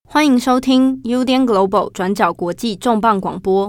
欢迎收听 UDN Global 转角国际重磅广播。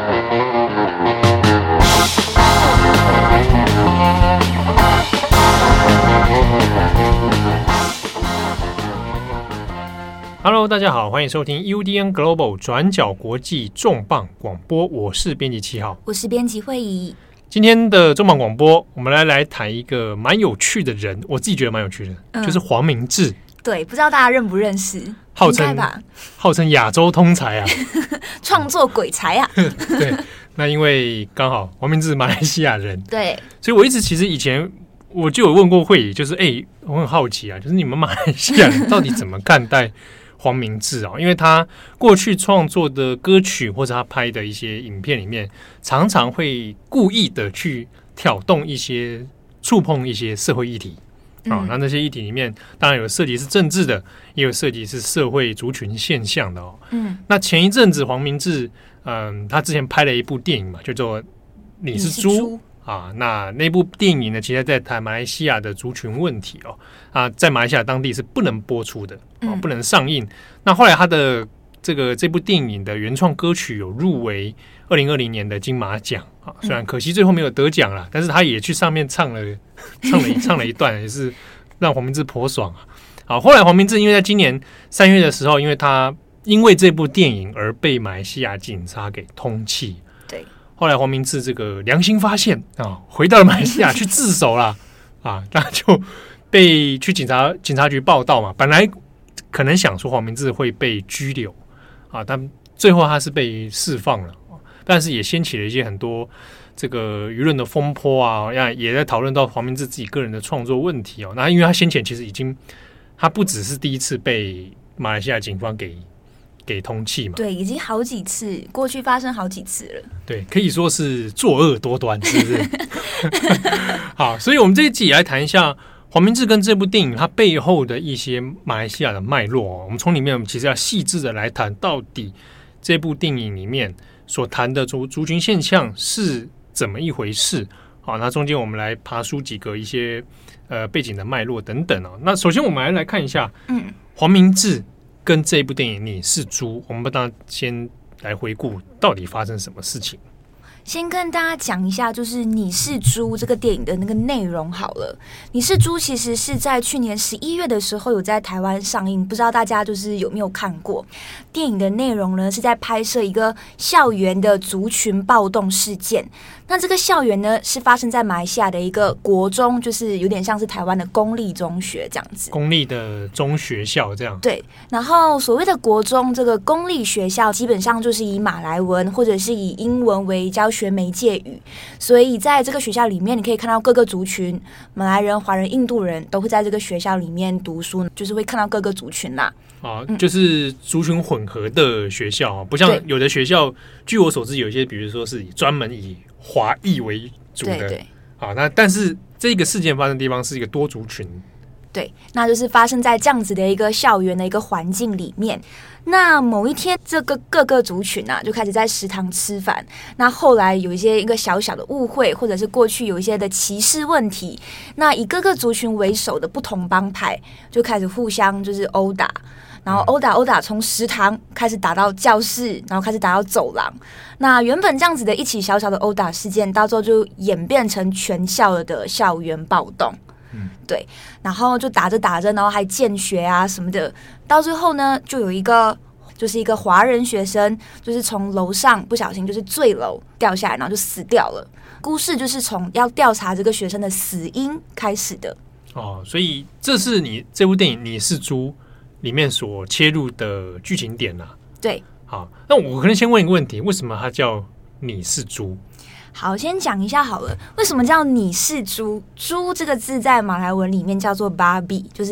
Hello， 大家好，欢迎收听 UDN Global 转角国际重磅广播，我是编辑7号， 我是编辑慧仪。 今天的重磅广播，我们来谈一个蛮有趣的人，我自己觉得蛮有趣的，就是黄明志。 对，不知道大家认不认识？ 号称亚洲通才啊， 创作鬼才啊。 对，那因为刚好黄明志马来西亚人， 对， 所以我一直其实以前我就有问过慧仪，就是我很好奇啊，就是你们马来西亚人到底怎么看待黄明志啊？因为他过去创作的歌曲或者他拍的一些影片里面，常常会故意的去挑动触碰一些社会议题。那些议题里面当然有涉及是政治的，也有涉及是社会族群现象的哦。那前一阵子黄明志，他之前拍了一部电影嘛，叫做《你是猪》啊。那部电影呢，其实在谈马来西亚的族群问题哦。在马来西亚当地是不能播出的，不能上映。那后来他的这部电影的原创歌曲有入围2020年的金马奖啊，虽然可惜最后没有得奖啦，但是他也去上面唱了一段，也是让黄明志颇爽啊。好，后来黄明志因为在今年3月的时候，因为这部电影而被马来西亚警察给通缉。 对， 后来黄明志这个良心发现啊，回到了马来西亚去自首啦啊，那就被去警察局报道嘛。本来可能想说黄明志会被拘留啊，但最后他是被释放了。但是也掀起了一些很多这个舆论的风波啊，也在讨论到黄明志自己个人的创作问题哦。那因为他先前其实他不只是第一次被马来西亚警方给通缉嘛， 对，已经好几次，过去发生好几次了。 对，可以说是作恶多端，是不是？好，所以我们这一集来谈一下黄明志跟这部电影它背后的一些马来西亚的脉络哦。我们从里面其实要细致的来谈，到底这部电影里面所谈的族群现象是怎么一回事？好，那中间我们来爬梳几个一些背景的脉络等等哦。那首先我们来看一下，黄明志跟这部电影《你是猪》，我们当然先来回顾到底发生什么事情。 先跟大家讲一下，就是《你是猪》这个电影的那个内容好了。《你是猪》其实是在去年11月的时候有在台湾上映，不知道大家就是有没有看过？电影的内容呢是在拍摄一个校园的族群暴动事件。那这个校园呢是发生在马来西亚的一个国中，就是有点像是台湾的公立中学这样子。 公立的中学校这样。 对，然后所谓的国中这个公立学校，基本上就是以马来文或者是以英文为教学媒介语，所以在这个学校里面，你可以看到各个族群，马来人、华人、印度人都会在这个学校里面读书，就是会看到各个族群啦。 就是族群混合的学校，不像有的学校，据我所知，有一些比如说是专门以华裔为主的。 对， 那但是这个事件发生的地方是一个多族群。 对，那就是发生在这样子的一个校园的一个环境里面。那某一天，这个各个族群就开始在食堂吃饭。那后来有一个小小的误会，或者是过去有一些的歧视问题。那以各个族群为首的不同帮派就开始互相就是殴打。然后殴打，从食堂开始打到教室，然后开始打到走廊。那原本这样子的一起小小的殴打事件，到最后就演变成全校的校园暴动。对，然后就打着，然后还见血啊什么的。到最后呢，就有一个华人学生，就是从楼上不小心就是坠楼掉下来，然后就死掉了。故事就是从要调查这个学生的死因开始的。 所以这是你这部电影《你是猪》里面所切入的剧情点啊。 对， 好，那我可能先问一个问题，为什么它叫你是猪？ 好，先讲一下好了，为什么叫你是猪？猪这个字在马来文里面叫做 Babi， 就是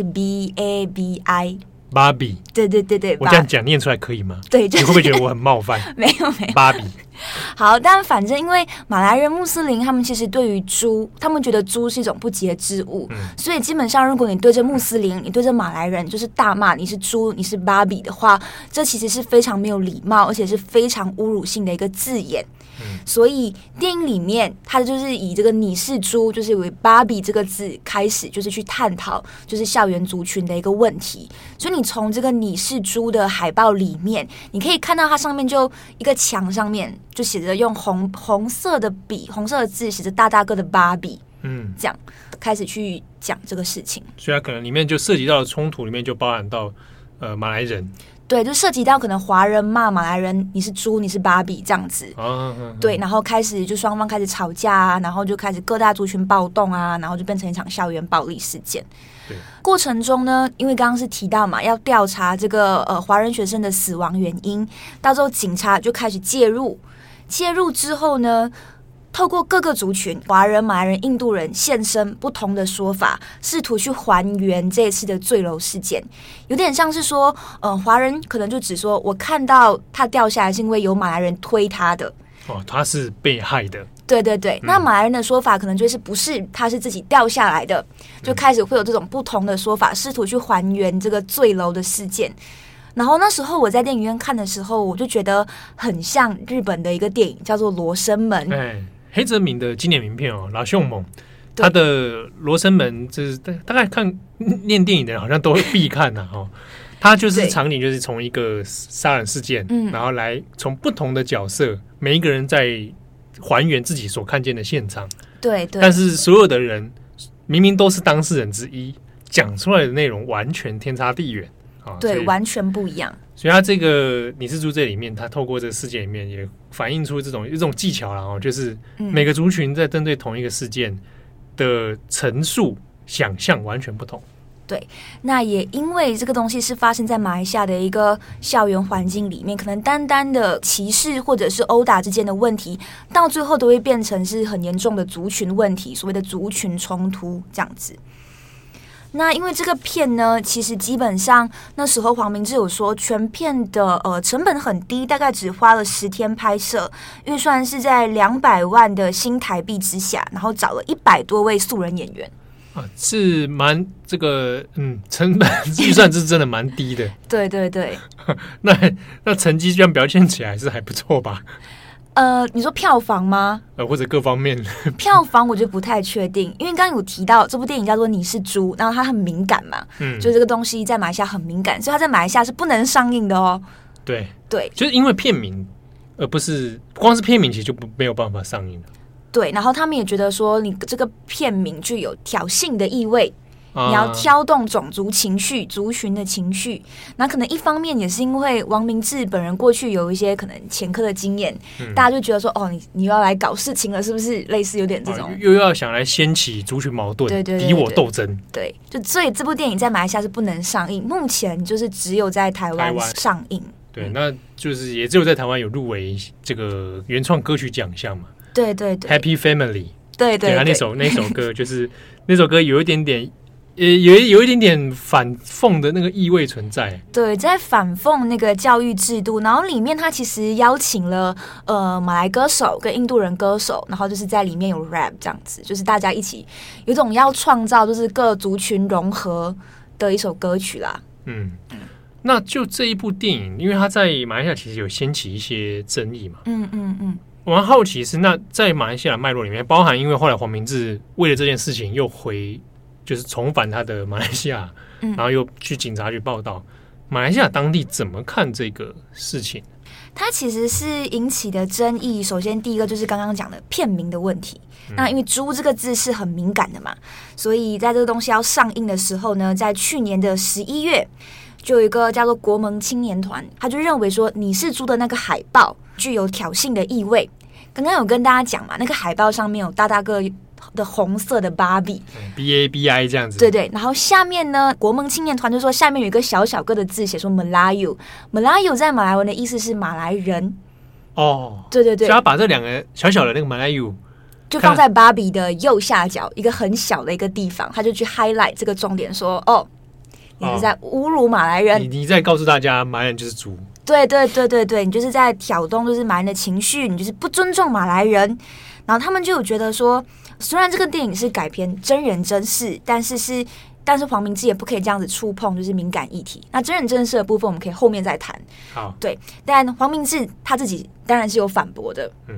BABI。 Babi， 对， 我这样讲念出来可以吗？ 对，就是、 你会不会觉得我很冒犯？ 没有 Babi。 好，但反正因为马来人、穆斯林他们其实对于猪，他们觉得猪是一种不洁之物，所以基本上如果你对着穆斯林、你对着马来人就是大骂你是猪、你是巴比的话，这其实是非常没有礼貌，而且是非常侮辱性的一个字眼。 所以电影里面它就是以这个你是猪，就是为芭比这个字开始，就是去探讨就是校园族群的一个问题。所以你从这个你是猪的海报里面，你可以看到它上面就一个墙上面就写着用红色的笔、红色的字写着大大个的芭比，这样开始去讲这个事情。 所以它可能里面就涉及到的冲突里面就包含到马来人。 对，就涉及到可能华人骂马来人你是猪你是芭比这样子，对，然后开始就双方开始吵架啊，然后就开始各大族群暴动啊，然后就变成一场校园暴力事件。 对， 过程中呢，因为刚刚是提到嘛，要调查这个华人学生的死亡原因，到时候警察就开始介入之后呢，透过各个族群，华人、马来人、印度人现身不同的说法，试图去还原这一次的坠楼事件。有点像是说，华人可能就只说我看到他掉下来是因为有马来人推他的， 他是被害的。 对对对，那马来人的说法可能就是不是他是自己掉下来的，就开始会有这种不同的说法，试图去还原这个坠楼的事件。然后那时候我在电影院看的时候，我就觉得很像日本的一个电影，叫做《罗生门》。 黑泽明的经典名片拉凶猛，他的《罗生门》就是大概看念电影的人好像都会必看他就是场景就是从一个杀人事件，然后来从不同的角色，每一个人在还原自己所看见的现场。对，但是所有的人明明都是当事人之一，讲出来的内容完全天差地远。 对，完全不一样。 所以他这个你是猪这里面，他透过这个事件里面也反映出这种技巧啦，就是每个族群在针对同一个事件的陈述想象完全不同。对， 那也因为这个东西是发生在马来西亚的一个校园环境里面，可能单单的歧视或者是殴打之间的问题，到最后都会变成是很严重的族群问题，所谓的族群冲突这样子。那因为这个片呢，其实基本上那时候黄明志有说，全片的成本很低，大概只花了10天拍摄，预算是在200万的新台币之下，然后找了100多位素人演员。 是蛮这个成本预算是真的蛮低的。 对对对。 那成绩这样表现起来是还不错吧？ 你说票房吗？ 或者各方面？ 票房我就不太确定，因为刚刚有提到这部电影叫做《你是猪》，然后它很敏感嘛，就这个东西在马来西亚很敏感，所以它在马来西亚是不能上映的哦。 对，就是因为片名，而不是光是片名，其实就没有办法上映了。对， 然后他们也觉得说，你这个片名具有挑衅的意味。你要挑动种族情绪、族群的情绪，那可能一方面也是因为王明志本人过去有一些可能前科的经验，大家就觉得说，你又要来搞事情了，是不是？类似有点这种， 又要想来掀起族群矛盾，敌我斗争。对， 所以这部电影在马来西亚是不能上映，目前就是只有在台湾上映。 对，那就是也只有在台湾有入围这个原创歌曲奖项嘛。 对对对 ，Happy Family。 对， 他那首歌就是那首歌有一点点。有一点点反讽的那个意味存在， 对，在反讽那个教育制度，然后里面他其实邀请了马来歌手跟印度人歌手，然后就是在里面有 rap 这样子，就是大家一起有种要创造就是各族群融合的一首歌曲啦。 那就这一部电影，因为它在马来西亚其实有掀起一些争议嘛。我蛮好奇是那在马来西亚的脉络里面，包含因为后来黄明志为了这件事情又就是重返他的马来西亚，然后又去警察局报道，马来西亚当地怎么看这个事情？ 它其实是引起的争议。首先，第一个就是刚刚讲的片名的问题。那因为“猪”这个字是很敏感的嘛，所以在这个东西要上映的时候呢，在去年的11月，就有一个叫做国盟青年团，他就认为说“你是猪”的那个海报具有挑衅的意味。刚刚有跟大家讲嘛，那个海报上面有大大个的红色的芭比 ，BABI 这样子。 对，然后下面呢，国盟青年团就说下面有一个小小个的字，写说 Melayu 在马来文的意思是马来人。对，所以他把这两个小小的那个 Melayu 就放在芭比的右下角一个很小的一个地方，他就去 highlight 这个重点说，你是在侮辱马来人， 你在告诉大家马来人就是猪。 对，你就是在挑动就是马来人的情绪，你就是不尊重马来人。然后他们就有觉得说，虽然这个电影是改编真人真事，但是黄明志也不可以这样子触碰就是敏感议题。那真人真事的部分我们可以后面再谈。 好， 对，但黄明志他自己当然是有反驳的。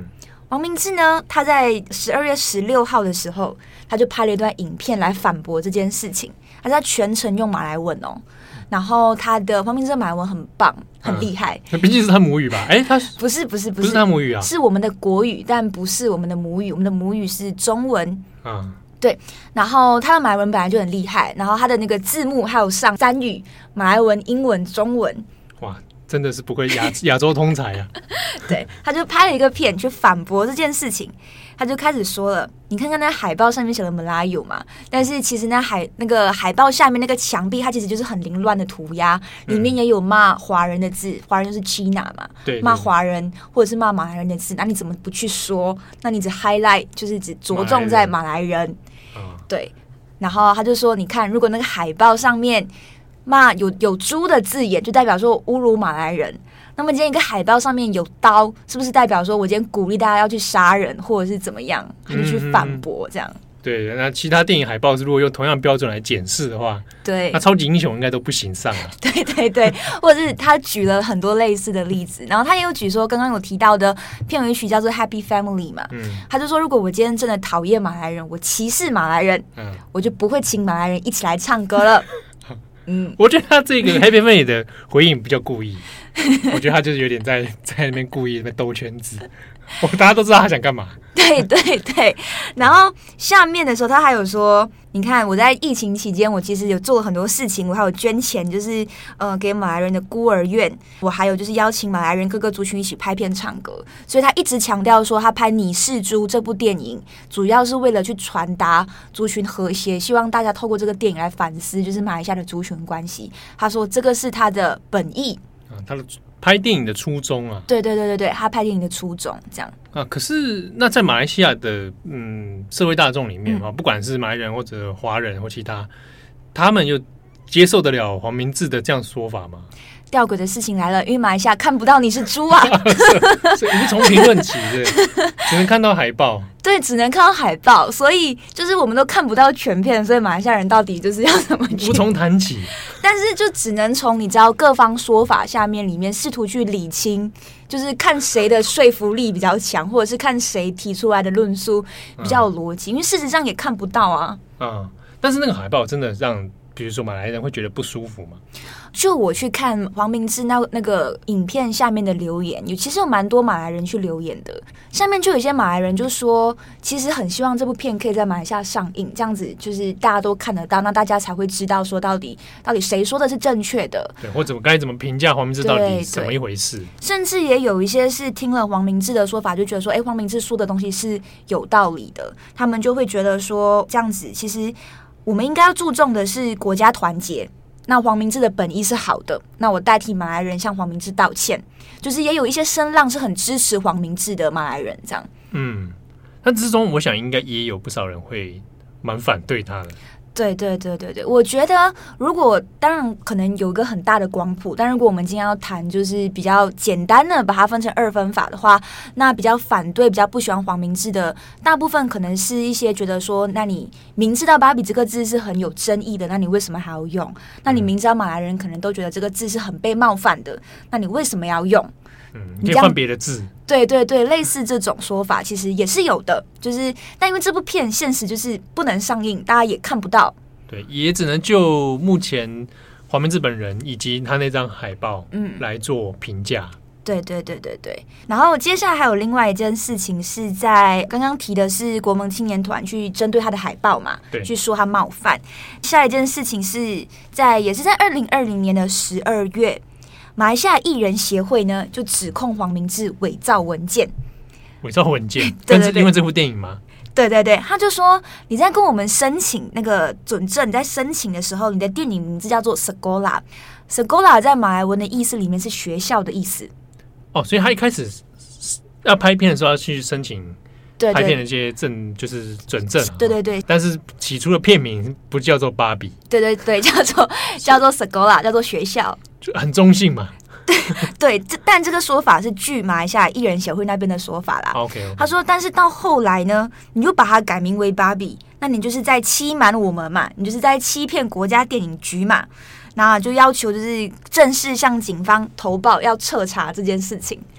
王明志呢，他在12月16号的时候，他就拍了一段影片来反驳这件事情，他在全程用马来文哦。然后黄明志的马来文很棒，很厉害。 毕竟是他母语吧？他不是他母语啊， 是我们的国语，但不是我们的母语。我们的母语是中文。对。然后他的马来文本来就很厉害，然后他的那个字幕还有上3语：马来文、英文、中文。 哇，真的是不愧亚洲通才啊！ 对，他就拍了一个片去反驳这件事情。他就开始说了，你看看那海报上面写了马来语嘛，但是其实那个海报下面那个墙壁，它其实就是很凌乱的涂鸦，里面也有骂华人的字，华人就是 China 嘛， 对， 骂华人或者是骂马来人的字，那你怎么不去说？那你只 highlight 就是只着重在马来人，对。然后他就说，你看，如果那个海报上面骂有猪的字眼，就代表说侮辱马来人。那么今天一个海报上面有刀，是不是代表说我今天鼓励大家要去杀人，或者是怎么样？他就去反驳这样。 对，那其他电影海报如果用同样标准来检视的话， 对， 那超级英雄应该都不行上了。 对对对，或者是他举了很多类似的例子，然后他也有举说刚刚有提到的片尾曲叫做 Happy Family 嘛，他就说如果我今天真的讨厌马来人，我歧视马来人，我就不会请马来人一起来唱歌了。 我觉得他这个 Happy Family 的回应比较故意，我觉得他就是有点在那边故意在那边兜圈子，大家都知道他想干嘛。 对对对，然后下面的时候他还有说，你看我在疫情期间，我其实有做了很多事情，我还有捐钱，就是给马来人的孤儿院，我还有就是邀请马来人各个族群一起拍片唱歌，所以他一直强调说，他拍《你是猪》这部电影，主要是为了去传达族群和谐，希望大家透过这个电影来反思，就是马来西亚的族群关系。他说这个是他的本意， 他的拍电影的初衷啊。 对对对对对，他拍电影的初衷这样啊。可是那在马来西亚的社会大众里面不管是马来人或者华人或其他们又接受得了黄明志的这样说法吗？ 吊诡的事情来了，因为马来西亚看不到你是猪啊， 所以你是从评论起的，只能看到海报。 对，只能看到海报，所以就是我们都看不到全片，所以马来西亚人到底就是要怎么去无从谈起。 但是就只能从你知道各方说法下面里面试图去理清，就是看谁的说服力比较强，或者是看谁提出来的论述比较有逻辑，因为事实上也看不到啊。 但是那个海报真的让比如说马来人会觉得不舒服吗？ 就我去看黄明志那个影片下面的留言，其实有蛮多马来人去留言的。下面就有一些马来人就说，其实很希望这部片可以在马来西亚上映，这样子就是大家都看得到，那大家才会知道说到底谁说的是正确的， 对，或者该怎么评价黄明志到底怎么一回事。 甚至也有一些是听了黄明志的说法，就觉得说，黄明志说的东西是有道理的，他们就会觉得说，这样子其实我们应该要注重的是国家团结。那黄明志的本意是好的，那我代替马来人向黄明志道歉，就是也有一些声浪是很支持黄明志的马来人这样。 但之中我想应该也有不少人会蛮反对他的。 对对对对对，我觉得如果当然可能有一个很大的光谱，但如果我们今天要谈就是比较简单的把它分成2分法的话，那比较反对比较不喜欢黄明志的大部分可能是一些觉得说，那你明知道芭比这个字是很有争议的，那你为什么还要用？那你明知道马来人可能都觉得这个字是很被冒犯的，那你为什么要用？ 你可以换别的字。 对对对，类似这种说法其实也是有的，就是但因为这部片现实就是不能上映，大家也看不到， 对，也只能就目前黄明志本人以及他那张海报来做评价。 对对对对对，然后接下来还有另外一件事情是在刚刚提的是国盟青年团去针对他的海报嘛，去说他冒犯。下一件事情是也是在2020年的12月。马来西亚艺人协会呢，就指控黄明志伪造文件。伪造文件， 但是因为这部电影吗？ 对对对，他就说你在跟我们申请那个准证，你在申请的时候，你的电影名字叫做 Sekolah。Sekolah 在马来文的意思里面是学校的意思。 所以他一开始要拍片的时候要去申请拍片的这些就是准证。 对对对。 但是起初的片名不叫做芭比。 对对对，叫做 Sekolah， 叫做学校。 就很中性嘛。 对，但这个说法是据马来西亚艺人协会那边的说法啦。 OK， 他说，但是到后来呢，你就把它改名为芭比，那你就是在欺瞒我们嘛，你就是在欺骗国家电影局嘛，那就要求就是正式向警方投报要彻查这件事情。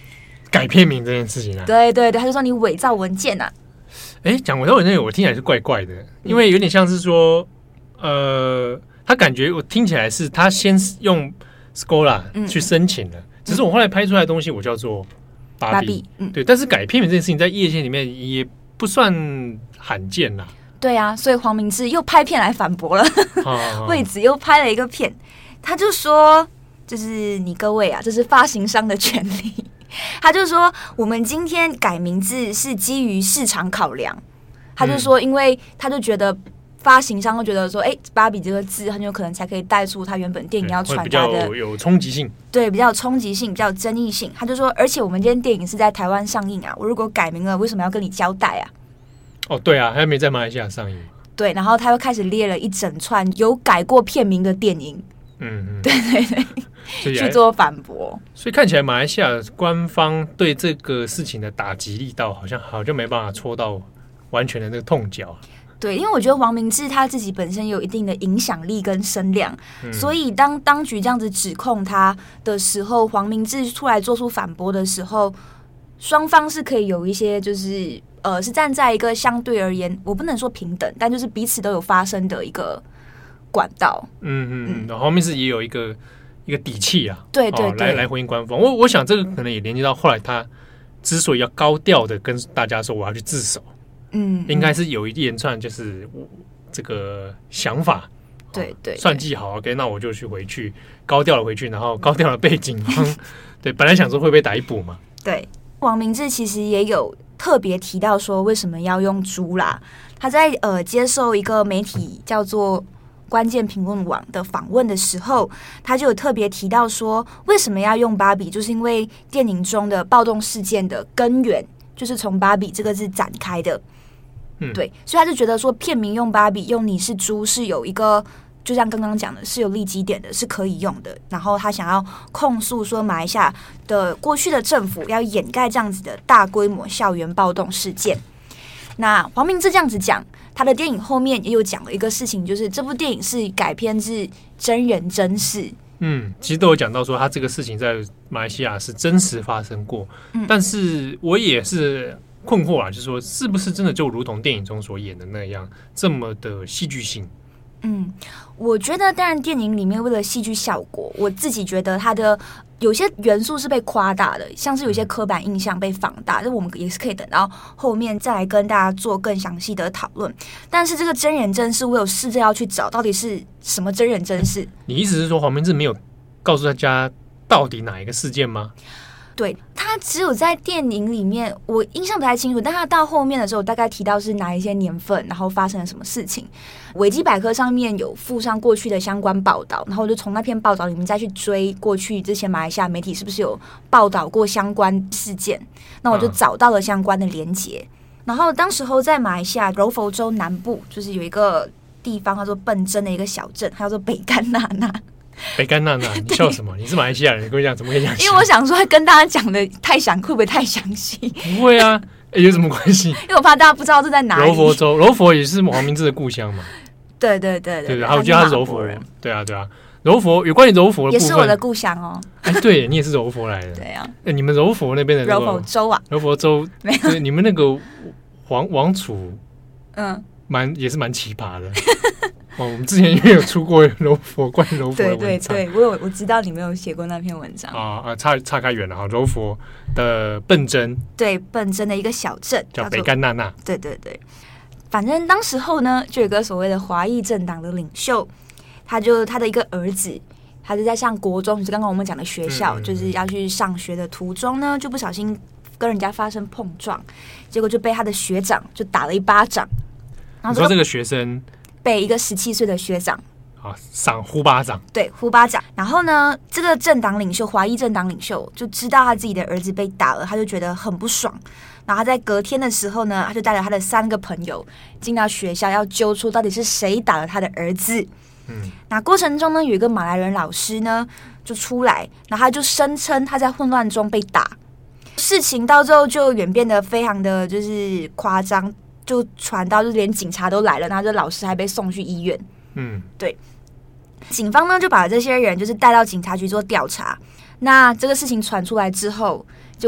改片名这件事情啊。 对对对，他就说你伪造文件啊。 讲伪造文件，我听起来是怪怪的，因为有点像是说，他感觉我听起来是他先用 Scholar 去申请了，只是我后来拍出来的东西我叫做芭比，对，但是改片名这件事情在业界里面也不算罕见啦。 对啊，所以黄明志又拍片来反驳了，魏子又拍了一个片，他就说，就是你各位啊，这是发行商的权利。他就说，我们今天改名字是基于市场考量。他就说，因为他就觉得发行商会觉得说，芭比这个字很有可能才可以带出他原本电影要传达的， 比较有冲击性， 对，比较有冲击性，比较有争议性。他就说，而且我们今天电影是在台湾上映啊，我如果改名了，为什么要跟你交代啊？ 对啊，还没在马来西亚上映。 对，然后他又开始列了一整串有改过片名的电影。对对对，去做反驳。 所以看起来马来西亚官方对这个事情的打击力道好像没办法戳到完全的那个痛脚。 对，因为我觉得黄明志他自己本身有一定的影响力跟声量，所以当当局这样子指控他的时候，黄明志出来做出反驳的时候，双方是可以有一些就是是站在一个相对而言，我不能说平等，但就是彼此都有发声的一个管道。 然后后面是也有一个底气啊， 对对对， 来回应官方。我想这个可能也连接到后来他之所以要高调的跟大家说我要去自首，应该是有一连串就是这个想法， 对对， 算计好 ，OK， 那我就回去高调的回去，然后高调的被警方对，本来想说会被逮捕嘛， 对，黄明志其实也有特别提到说为什么要用猪啦，他在接受一个媒体叫做关键评论网的访问的时候，他就有特别提到说，为什么要用芭比，就是因为电影中的暴动事件的根源就是从芭比这个字展开的。对，所以他就觉得说，片名用芭比，用你是猪是有一个，就像刚刚讲的，是有立基点的，是可以用的。然后他想要控诉说，马来西亚的过去的政府要掩盖这样子的大规模校园暴动事件。那黄明志这样子讲，他的电影后面也有讲了一个事情，就是这部电影是改编自真人真事。 其实都有讲到说，他这个事情在马来西亚是真实发生过。但是我也是困惑啊，就是说，是不是真的就如同电影中所演的那样，这么的戏剧性？ 我觉得当然电影里面为了戏剧效果，我自己觉得它的有些元素是被夸大的，像是有些刻板印象被放大，这我们也是可以等到后面再来跟大家做更详细的讨论。但是这个真人真事，我有试着要去找到底是什么真人真事。 你意思是说黄明志没有告诉大家到底哪一个事件吗？ 对，他只有在电影里面，我印象不太清楚，但他到后面的时候，大概提到是哪一些年份，然后发生了什么事情。维基百科上面有附上过去的相关报道，然后我就从那篇报道里面再去追过去之前马来西亚媒体是不是有报道过相关事件，那我就找到了相关的连结。然后当时候在马来西亚柔佛州南部，就是有一个地方叫做笨珍的一个小镇，它叫做北干纳纳。 北干娜娜，你笑什么？你是马来西亚人，跟我讲怎么可以讲？ 因为我想说跟大家讲的太详，会不会太详细？ 不会啊，有什么关系？ 因为我怕大家不知道这在哪里。 柔佛州，柔佛也是黄明志的故乡嘛。 对对对对， 还有觉得他是柔佛人。对啊对啊，柔佛有关于柔佛的部分， 也是我的故乡哦。 对，你也是柔佛来的。 对啊， 你们柔佛那边的柔佛州啊， 柔佛州没有， 你们那个王储，也是蛮奇葩的。我们之前也有出过柔佛关于柔佛的文章， 对，我知道你们有写过那篇文章岔开远了哈。柔佛的笨珍， 对，笨珍的一个小镇叫北干纳纳， 对对对。反正当时候呢，就有个所谓的华裔政党的领袖，他的一个儿子，他就在上国中，就是刚刚我们讲的学校，就是要去上学的途中呢，就不小心跟人家发生碰撞，结果就被他的学长就打了一巴掌。然后你说这个学生被一个17岁的学长赏呼巴掌， 对，呼巴掌。然后呢，这个政党领袖，华裔政党领袖就知道他自己的儿子被打了，他就觉得很不爽。然后他在隔天的时候呢，他就带着他的3个朋友进到学校，要揪出到底是谁打了他的儿子。那过程中呢，有一个马来人老师呢就出来，然后他就声称他在混乱中被打。事情到最后就演变得非常的就是夸张，就传到就连警察都来了，然后这老师还被送去医院。对，警方呢就把这些人就是带到警察局做调查。那这个事情传出来之后，就在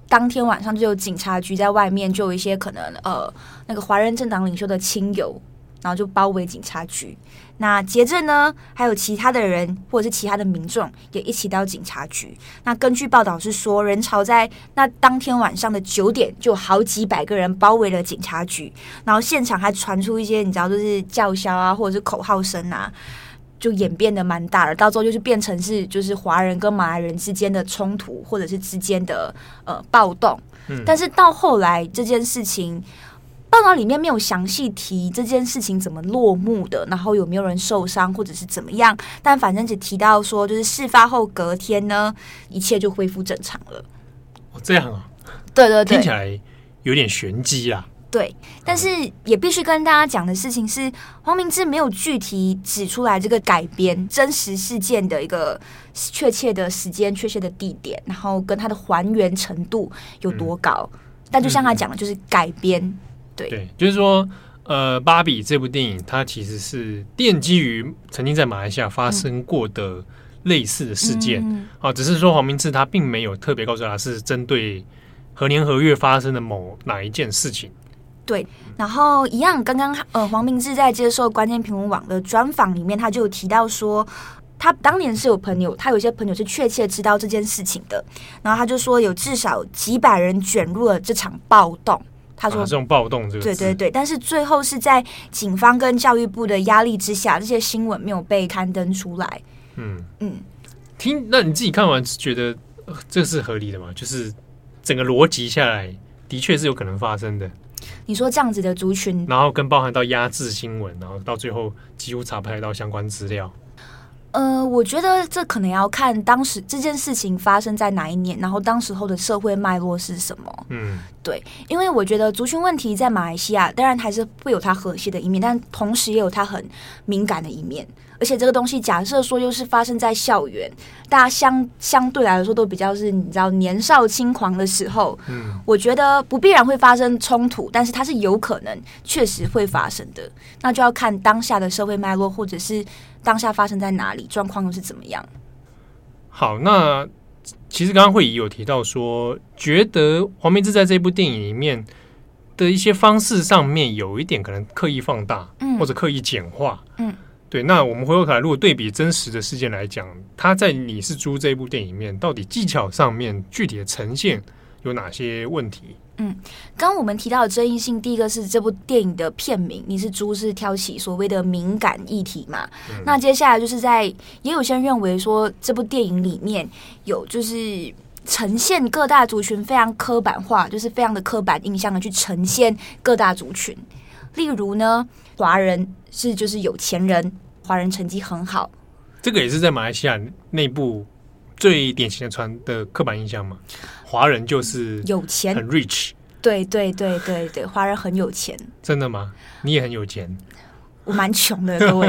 当天晚上就有警察局在外面，就有一些可能那个华人政党领袖的亲友，然后就包围警察局。那接着呢，还有其他的人或者是其他的民众也一起到警察局。那根据报道是说，人潮在那当天晚上的9点就有好几百个人包围了警察局，然后现场还传出一些你知道就是叫嚣啊，或者是口号声啊，就演变得蛮大的。到最后就是变成是就是华人跟马来人之间的冲突，或者是之间的暴动。但是到后来这件事情，报道里面没有详细提这件事情怎么落幕的，然后有没有人受伤或者是怎么样，但反正只提到说，就是事发后隔天呢，一切就恢复正常了。 哦，这样啊？ 对对对， 听起来有点玄机啦。 对，但是也必须跟大家讲的事情是，黄明志没有具体指出来这个改编真实事件的一个确切的时间、确切的地点，然后跟它的还原程度有多高。但就像他讲的，就是改编。对， 就是说，芭比这部电影，它其实是奠基于曾经在马来西亚发生过的类似的事件，只是说黄明志他并没有特别告诉他是针对何年何月发生的哪一件事情。 对，然后一样，刚刚黄明志在接受关键评论网的专访里面，他就有提到说，他当年是有朋友，他有些朋友是确切知道这件事情的，然后他就说有至少几百人卷入了这场暴动。他说：“ 这种暴动这个对对对，但是最后是在警方跟教育部的压力之下，这些新闻没有被刊登出来。 那你自己看完觉得这是合理的吗？就是整个逻辑下来，的确是有可能发生的。 你说这样子的族群， 然后跟包含到压制新闻，然后到最后几乎查不太到相关资料。 我觉得这可能要看当时这件事情发生在哪一年，然后当时候的社会脉络是什么。对，因为我觉得族群问题在马来西亚，当然还是会有它和谐的一面，但同时也有它很敏感的一面。而且这个东西，假设说又是发生在校园，大家相对来说都比较是你知道年少轻狂的时候，我觉得不必然会发生冲突，但是它是有可能确实会发生的。那就要看当下的社会脉络，或者是当下发生在哪里，状况又是怎么样。 好，那其实刚刚会议有提到说，觉得黄明志在这部电影里面的一些方式上面有一点可能刻意放大，或者刻意简化。对，那我们回过头来，如果对比真实的事件来讲，他在《你是猪》这部电影里面，到底技巧上面具体的呈现有哪些问题？ 刚刚我们提到的争议性，第一个是这部电影的片名《你是猪》是挑起所谓的敏感议题嘛？那接下来就是也有些人认为说，这部电影里面有就是呈现各大族群非常刻板化，就是非常的刻板印象的去呈现各大族群。例如呢，华人是就是有钱人，华人成绩很好， 这个也是在马来西亚内部最典型的刻板印象嘛。华人就是有钱， 很 rich。 对对对对对，华人很有钱。 真的吗？你也很有钱？ 我蛮穷的，各位。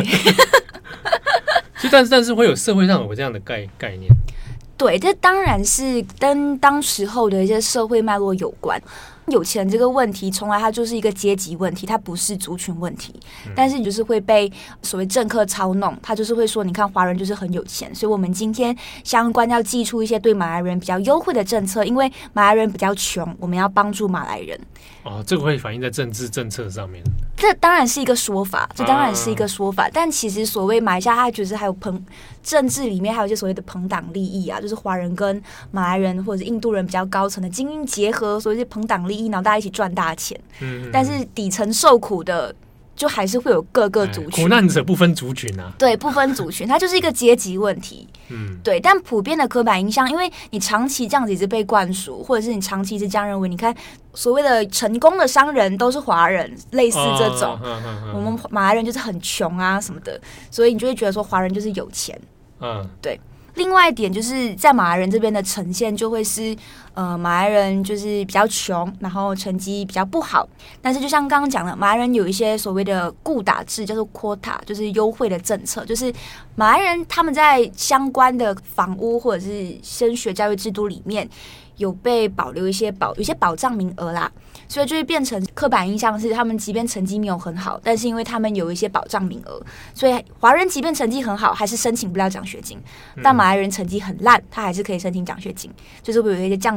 但是会有社会上有这样的概念。 对，这当然是跟当时候的一些社会脉络有关。有钱这个问题，从来它就是一个阶级问题，它不是族群问题。但是你就是会被所谓政客操弄，他就是会说，你看华人就是很有钱，所以我们今天相关要寄出一些对马来人比较优惠的政策，因为马来人比较穷，我们要帮助马来人。 这个会反映在政治政策上面。 这当然是一个说法，但其实所谓马来西亚，它就是还有政治里面还有一些所谓的朋党利益啊，就是华人跟马来人或者是印度人比较高层的精英结合，所以是朋党利益，然后大家一起赚大钱。但是底层受苦的，就还是会有各个族群， 苦难者不分族群啊。 对，不分族群，它就是一个阶级问题。对，但普遍的刻板印象，因为你长期这样子一直被灌输，或者是你长期是这样认为，你看所谓的成功的商人都是华人，类似这种，我们马来人就是很穷啊什么的，所以你就会觉得说华人就是有钱。对。另外一点就是在马来人这边的呈现就会是，马来人就是比较穷，然后成绩比较不好。但是就像刚刚讲的，马来人有一些所谓的固打制，叫做 quota， 就是优惠的政策，就是马来人他们在相关的房屋或者是升学教育制度里面有被保留有一些保障名额啦。所以就会变成刻板印象是他们即便成绩没有很好，但是因为他们有一些保障名额，所以华人即便成绩很好还是申请不了奖学金，但马来人成绩很烂他还是可以申请奖学金，就是会有一些这样子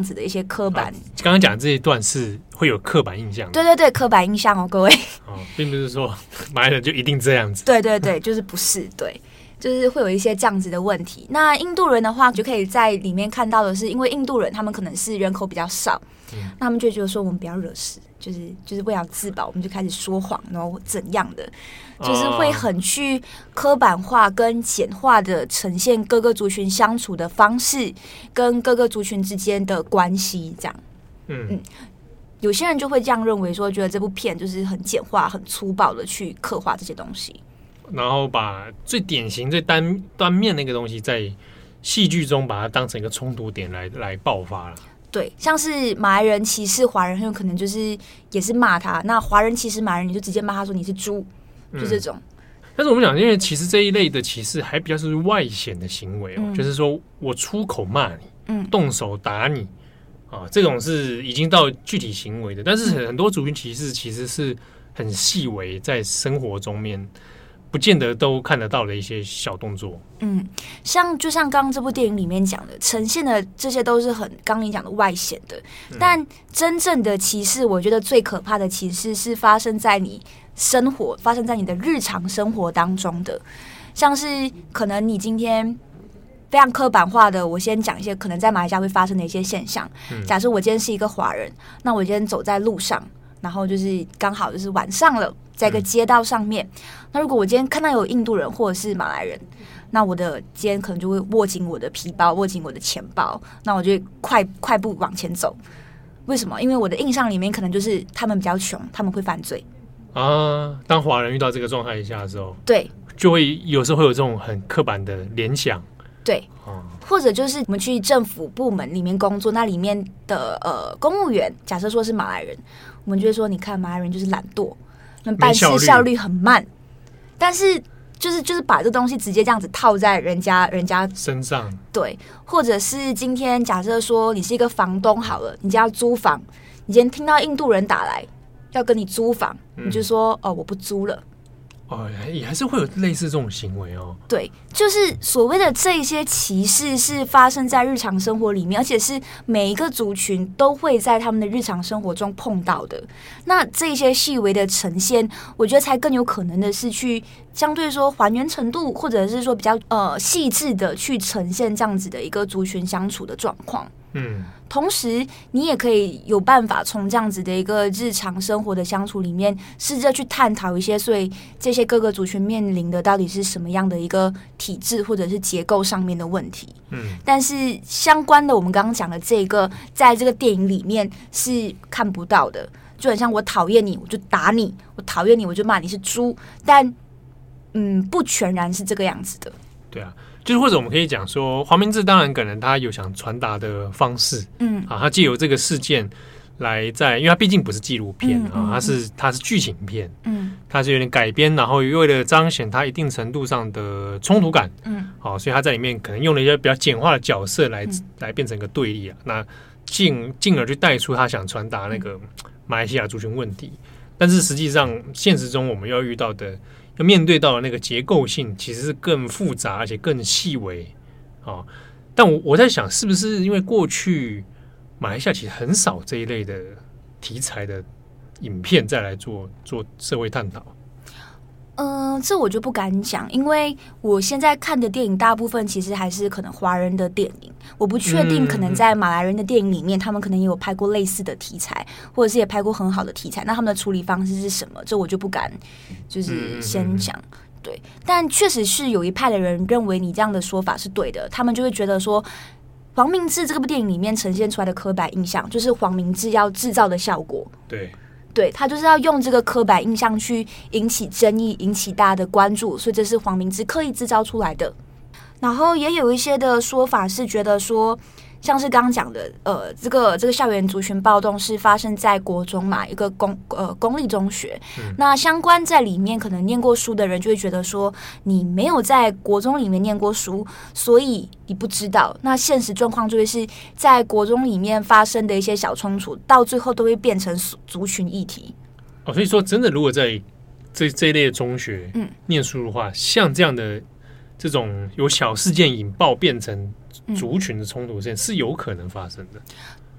子的一些刻板。 刚刚讲的这一段是会有刻板印象的， 对对对，刻板印象哦，各位。 并不是说马来人就一定这样子。 对对对，就是不是对。就是会有一些这样子的问题。那印度人的话，就可以在里面看到的是，因为印度人他们可能是人口比较少，那他们就觉得说我们不要惹事，就是为了自保，我们就开始说谎，然后怎样的，就是会很去刻板化跟简化的呈现各个族群相处的方式，跟各个族群之间的关系，这样。有些人就会这样认为说，觉得这部片就是很简化、很粗暴的去刻画这些东西。 然后把最典型、最单面那个东西，在戏剧中把它当成一个冲突点来爆发了。 对，像是马来人歧视华人，很有可能就是也是骂他；那华人歧视马来人，你就直接骂他说你是猪，就这种。 但是我们讲，因为其实这一类的歧视还比较是外显的行为就是说我出口骂你，动手打你这种是已经到具体行为的。但是很多族群歧视其实是很细微，在生活中面。不见得都看得到的一些小动作， 就像刚刚这部电影里面讲的，呈现的这些都是很刚你讲的外显的，但真正的歧视，我觉得最可怕的歧视是发生在你生活、发生在你的日常生活当中的，像是可能你今天非常刻板化的，我先讲一些可能在马来西亚会发生的一些现象。假设我今天是一个华人，那我今天走在路上，然后就是刚好就是晚上了。在一个街道上面，那如果我今天看到有印度人或者是马来人，那我的今天可能就会握紧我的皮包，握紧我的钱包，那我就快步往前走。为什么？因为我的印象里面可能就是他们比较穷，他们会犯罪啊。当华人遇到这个状态下的时候， 对， 就会有时候会有这种很刻板的联想。 对，或者就是我们去政府部门里面工作，那里面的公务员，假设说是马来人，我们就会说，你看马来人就是懒惰。办事效率很慢，但是就是把这东西直接这样子套在人家身上， 对，或者是今天假设说你是一个房东好了，你家要租房，你今天听到印度人打来要跟你租房，你就说我不租了。 也还是会有类似这种行为哦。 对，就是所谓的这些歧视是发生在日常生活里面，而且是每一个族群都会在他们的日常生活中碰到的。那这些细微的呈现，我觉得才更有可能的是去相对说还原程度，或者是说比较细致的去呈现这样子的一个族群相处的状况。同时你也可以有办法从这样子的一个日常生活的相处里面，试着去探讨一些，所以这些各个族群面临的到底是什么样的一个体制或者是结构上面的问题。但是相关的我们刚刚讲的这个，在这个电影里面是看不到的，就很像我讨厌你我就打你，我讨厌你我就骂你是猪，但不全然是这个样子的。 对啊，就是或者我们可以讲说，黄明志当然可能他有想传达的方式，他借由这个事件来因为他毕竟不是纪录片他是剧情片，他是有点改编，然后为了彰显他一定程度上的冲突感，所以他在里面可能用了一些比较简化的角色来变成一个对立那进而去带出他想传达那个马来西亚族群问题，但是实际上现实中我们要遇到的。要面对到的那个结构性其实是更复杂而且更细微但我在想是不是因为过去马来西亚其实很少这一类的题材的影片再来做社会探讨。 这我就不敢讲，因为我现在看的电影大部分其实还是可能华人的电影，我不确定可能在马来人的电影里面，他们可能也有拍过类似的题材，或者是也拍过很好的题材，那他们的处理方式是什么？这我就不敢就是先讲。对，但确实是有一派的人认为你这样的说法是对的，他们就会觉得说黄明志这部电影里面呈现出来的刻板印象，就是黄明志要制造的效果。对，他就是要用这个刻板印象去引起争议，引起大家的关注，所以这是黄明志刻意制造出来的。然后也有一些的说法是觉得说，像是刚刚讲的，这个校园族群暴动是发生在国中嘛，一个公立中学。那相关在里面可能念过书的人就会觉得说，你没有在国中里面念过书，所以你不知道。那现实状况就会是在国中里面发生的一些小冲突，到最后都会变成族群议题。 所以说真的，如果在这一类的中学念书的话，像这样的这种由小事件引爆变成族群的冲突事件是有可能发生的。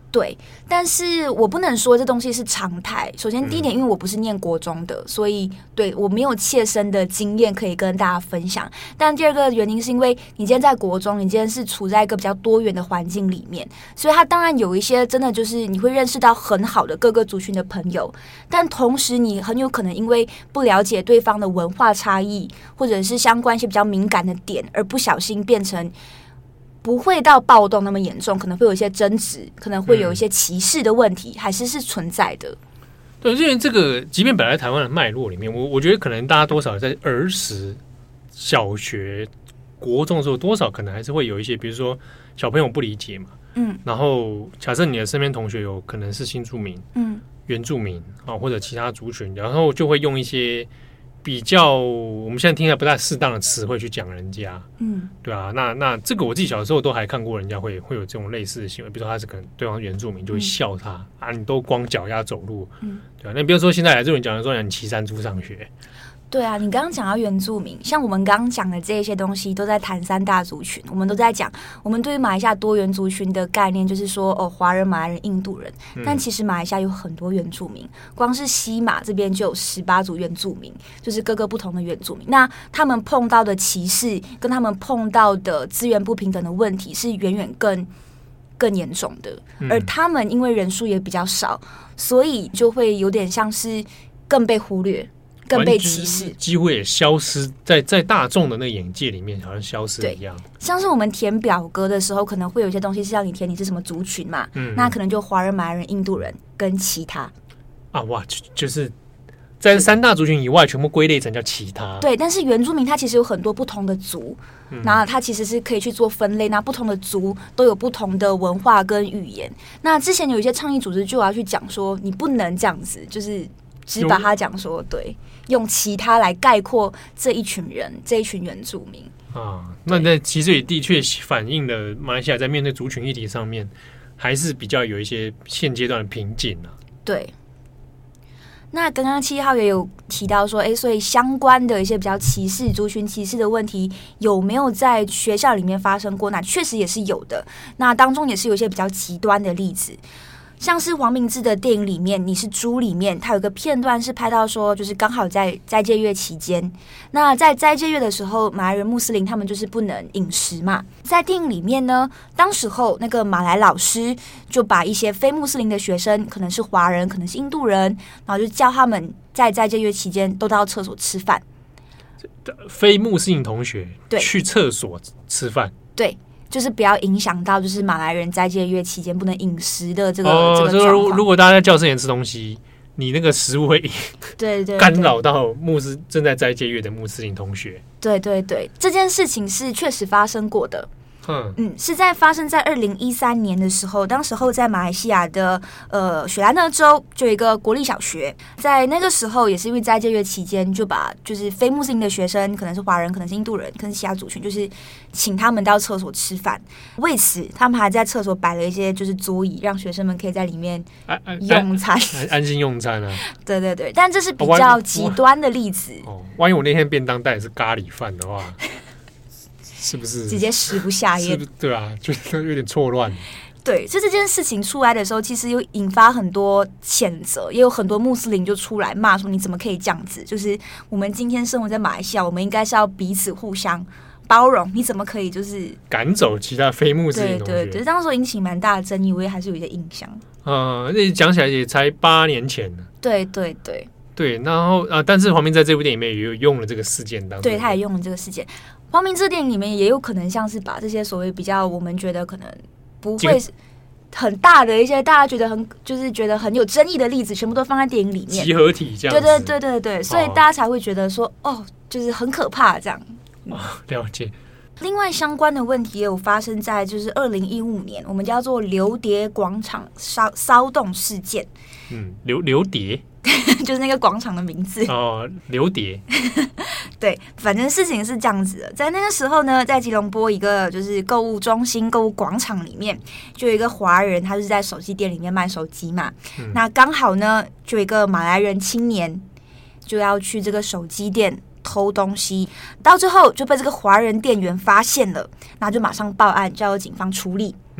对，但是我不能说这东西是常态。首先，第一点，因为我不是念国中的，所以对我没有切身的经验可以跟大家分享。但第二个原因是因为你今天在国中，你今天是处在一个比较多元的环境里面，所以它当然有一些真的就是你会认识到很好的各个族群的朋友，但同时你很有可能因为不了解对方的文化差异，或者是相关一些比较敏感的点，而不小心变成。不会到暴动那么严重，可能会有一些争执，可能会有一些歧视的问题，还是存在的。 对，因为这个，即便本来台湾的脉络里面，我觉得可能大家多少在儿时、小学、国中的时候，多少可能还是会有一些，比如说小朋友不理解嘛，然后假设你的身边同学有可能是新住民，原住民啊，或者其他族群，然后就会用一些。比较我们现在听起来不太适当的词汇去讲人家，对啊，那这个我自己小的时候都还看过人家会有这种类似的行为，比如说他是可能对方原住民就会笑他、啊，你都光脚丫走路，对啊，那比如说现在来这种讲说你骑山猪上学。 对啊，你刚刚讲到原住民，像我们刚刚讲的这些东西，都在谈三大族群。我们都在讲，我们对于马来西亚多元族群的概念，就是说，华人、马来人、印度人。但其实马来西亚有很多原住民，光是西马这边就有18族原住民，就是各个不同的原住民。那他们碰到的歧视，跟他们碰到的资源不平等的问题，是远远更严重的。而他们因为人数也比较少，所以就会有点像是更被忽略。更被歧视， 几乎也消失在大众的那个眼界里面，好像消失一样。 像是我们填表格的时候，可能会有一些东西是让你填你是什么族群嘛，那可能就华人、马来人、印度人跟其他啊，哇，就是在三大族群以外，全部归类成叫其他。 对，但是原住民它其实有很多不同的族，然后它其实是可以去做分类，那不同的族都有不同的文化跟语言。那之前有一些倡议组织就要去讲说，你不能这样子，就是只把它讲说对。用其他来概括这一群人，这一群原住民啊，那其实也的确反映了马来西亚在面对族群议题上面，还是比较有一些现阶段的瓶颈啊。 对，那刚刚7号也有提到说，所以相关的一些比较歧视、族群歧视的问题，有没有在学校里面发生过？那确实也是有的。那当中也是有一些比较极端的例子。像是黄明志的电影里面，你是猪里面，他有个片段是拍到说，就是刚好在斋戒月期间，那在斋戒月的时候，马来人、穆斯林他们就是不能饮食嘛。在电影里面呢，当时候那个马来老师就把一些非穆斯林的学生，可能是华人，可能是印度人，然后就叫他们在斋戒月期间都到厕所吃饭。 非穆斯林同学去厕所吃饭， 对。就是不要影响到，就是马来人斋戒月期间不能饮食的这个状况。 如果大家在教室里吃东西，你那个食物会对干扰到正在斋戒月的穆斯林同学。 对对对，这件事情是确实发生过的。是发生在2013年的时候，当时候在马来西亚的雪兰莪州就有一个国立小学，在那个时候也是因为斋戒月期间，就把就是非穆斯林的学生，可能是华人，可能是印度人，可能是其他族群，就是请他们到厕所吃饭。为此，他们还在厕所摆了一些就是桌椅，让学生们可以在里面用餐， 安心用餐啊。 对对对，但这是比较极端的例子。 万一我那天便当带的是咖喱饭的话。是不是直接食不下咽？ 对啊，就有点错乱。 对，所以这件事情出来的时候，其实有引发很多谴责，也有很多穆斯林就出来骂说：“你怎么可以这样子？就是我们今天生活在马来西亚，我们应该是要彼此互相包容，你怎么可以就是赶走其他非穆斯林同学？” 对对对，当时引起蛮大的争议，我也还是有一些印象。 那讲起来也才8年前呢。 对对对对，然后但是黄明在这部电影里面也有用了这个事件当中， 对，他也用了这个事件。黄明志电影里面也有可能像是把这些所谓比较我们觉得可能不会很大的一些大家觉得就是觉得很有争议的例子，全部都放在电影里面， 集合体这样子。 对对对对对，所以大家才会觉得说就是很可怕这样。 了解。 另外相关的问题也有发生在就是2015年，我们叫做流蝶广场骚动事件。 流蝶就是那个广场的名字流蝶。 对，反正事情是这样子的，在那个时候呢，在吉隆坡一个就是购物中心、购物广场里面，就有一个华人，他是在手机店里面卖手机嘛。那刚好呢，就有一个马来人青年就要去这个手机店偷东西，到最后就被这个华人店员发现了，那就马上报案，叫警方处理。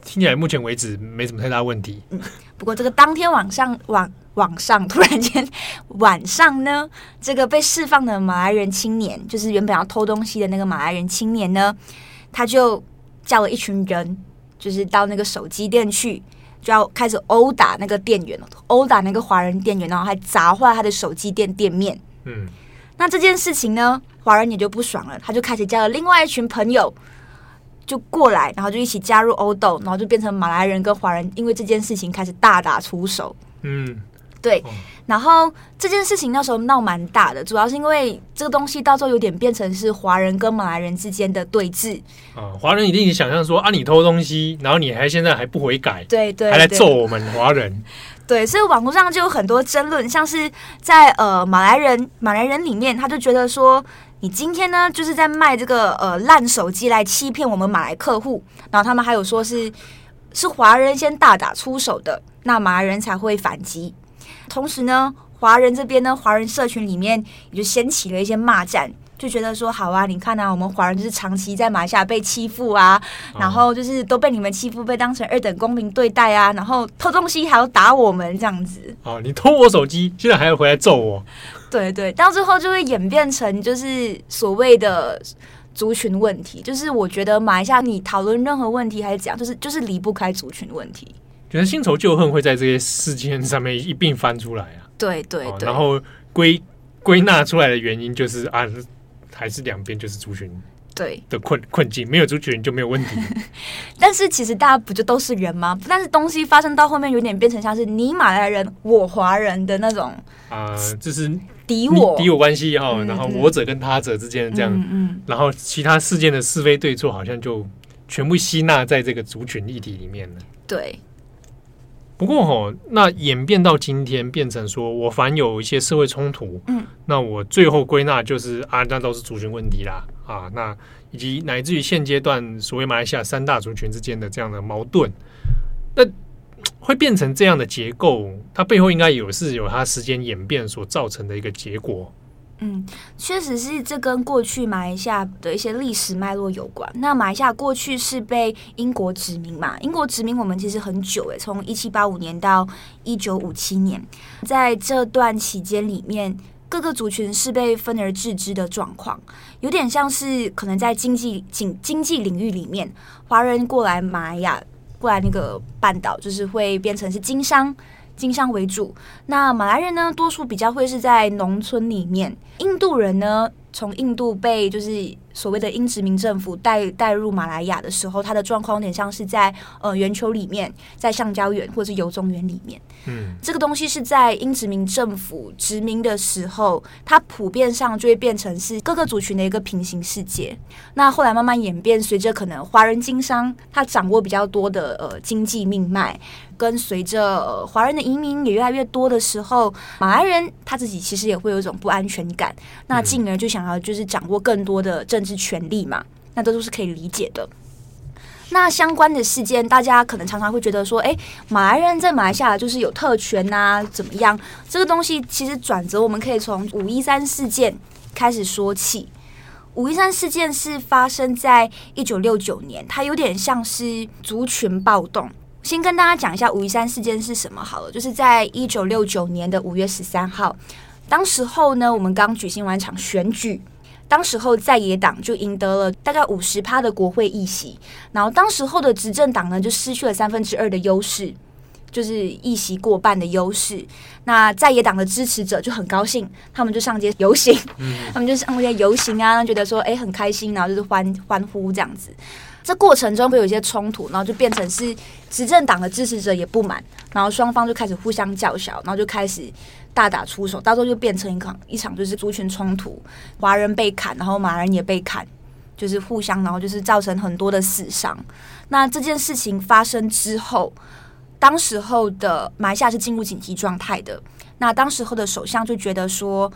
听起来目前为止没什么太大问题。 不过这个当天晚上突然间晚上呢，这个被释放的马来人青年，就是原本要偷东西的那个马来人青年呢，他就叫了一群人，就是到那个手机店去，就要开始殴打那个店员，殴打那个华人店员，然后还砸坏他的手机店店面。那这件事情呢，华人也就不爽了，他就开始叫了另外一群朋友就过来，然后就一起加入殴斗，然后就变成马来人跟华人因为这件事情开始大打出手。对，然后这件事情那时候闹蛮大的，主要是因为这个东西到最后有点变成是华人跟马来人之间的对峙。 华人一定想象说啊，你偷东西，然后你现在还不悔改， 对， 还来揍我们华人。 对，所以网络上就有很多争论，像是在马来人里面，他就觉得说，你今天呢就是在卖这个烂手机来欺骗我们马来客户，然后他们还有说是华人先大打出手的，那马来人才会反击。同时呢，华人这边呢，华人社群里面也就掀起了一些骂战，就觉得说好啊，你看啊，我们华人就是长期在马来西亚被欺负啊，然后就是都被你们欺负，被当成二等公民对待啊，然后偷东西还要打我们这样子。 你偷我手机，现在还要回来揍我。对， 到最后就会演变成就是所谓的族群问题，就是我觉得马来西亚你讨论任何问题还是怎样，就是离不开族群问题。 觉得新仇旧恨会在这些事件上面一并翻出来啊。 对， 然后归纳出来的原因就是还是两边就是族群的困境，没有族群就没有问题。 但是其实大家不就都是人吗？但是东西发生到后面有点变成像是你马来人我华人的那种就是敌我关系然后我者跟他者之间的这样，然后其他事件的是非对错好像就全部吸纳在这个族群议题里面了。 对。 不过那演变到今天变成说我凡有一些社会冲突，那我最后归纳就是那都是族群问题啦那以及乃至于现阶段所谓马来西亚三大族群之间的这样的矛盾，那会变成这样的结构，它背后应该有它时间演变所造成的一个结果。 确实是这跟过去马来西亚的一些历史脉络有关。那马来西亚过去是被英国殖民嘛，英国殖民我们其实很久从1785年到1957年，在这段期间里面，各个族群是被分而治之的状况，有点像是可能在经济领域里面，华人过来马来亚过来那个半岛，就是会变成是经商为主。那马来人呢，多数比较会是在农村里面。印度人呢，从印度被就是所谓的英殖民政府带入马来亚的时候，他的状况有点像是在圆球里面，在橡胶园或者是油棕园里面。这个东西是在英殖民政府殖民的时候，它普遍上就会变成是各个族群的一个平行世界。那后来慢慢演变，随着可能华人经商，他掌握比较多的经济命脉，跟随着华人的移民也越来越多的时候，马来人他自己其实也会有一种不安全感，那进而就想要就是掌握更多的政治权利嘛，那都是可以理解的。那相关的事件，大家可能常常会觉得说，马来人在马来西亚就是有特权啊，怎么样？这个东西其实转折，我们可以从513事件开始说起。513事件是发生在1969年，它有点像是族群暴动。先跟大家讲一下513事件是什么好了，就是在1969年的5月13号，当时候呢，我们刚举行完场选举。当时候在野党就赢得了大概50%的国会议席，然后当时候的执政党呢就失去了2/3的优势，就是议席过半的优势。那在野党的支持者就很高兴，他们就上街游行，他们就上街游行啊，觉得说很开心，然后就是欢呼这样子。这过程中会有一些冲突，然后就变成是执政党的支持者也不满，然后双方就开始互相叫嚣，然后就开始大打出手，到时候就变成一场就是族群冲突，华人被砍，然后马来人也被砍，就是互相，然后就是造成很多的死伤。那这件事情发生之后，当时候的马来西亚是进入紧急状态的。那当时候的首相就觉得说，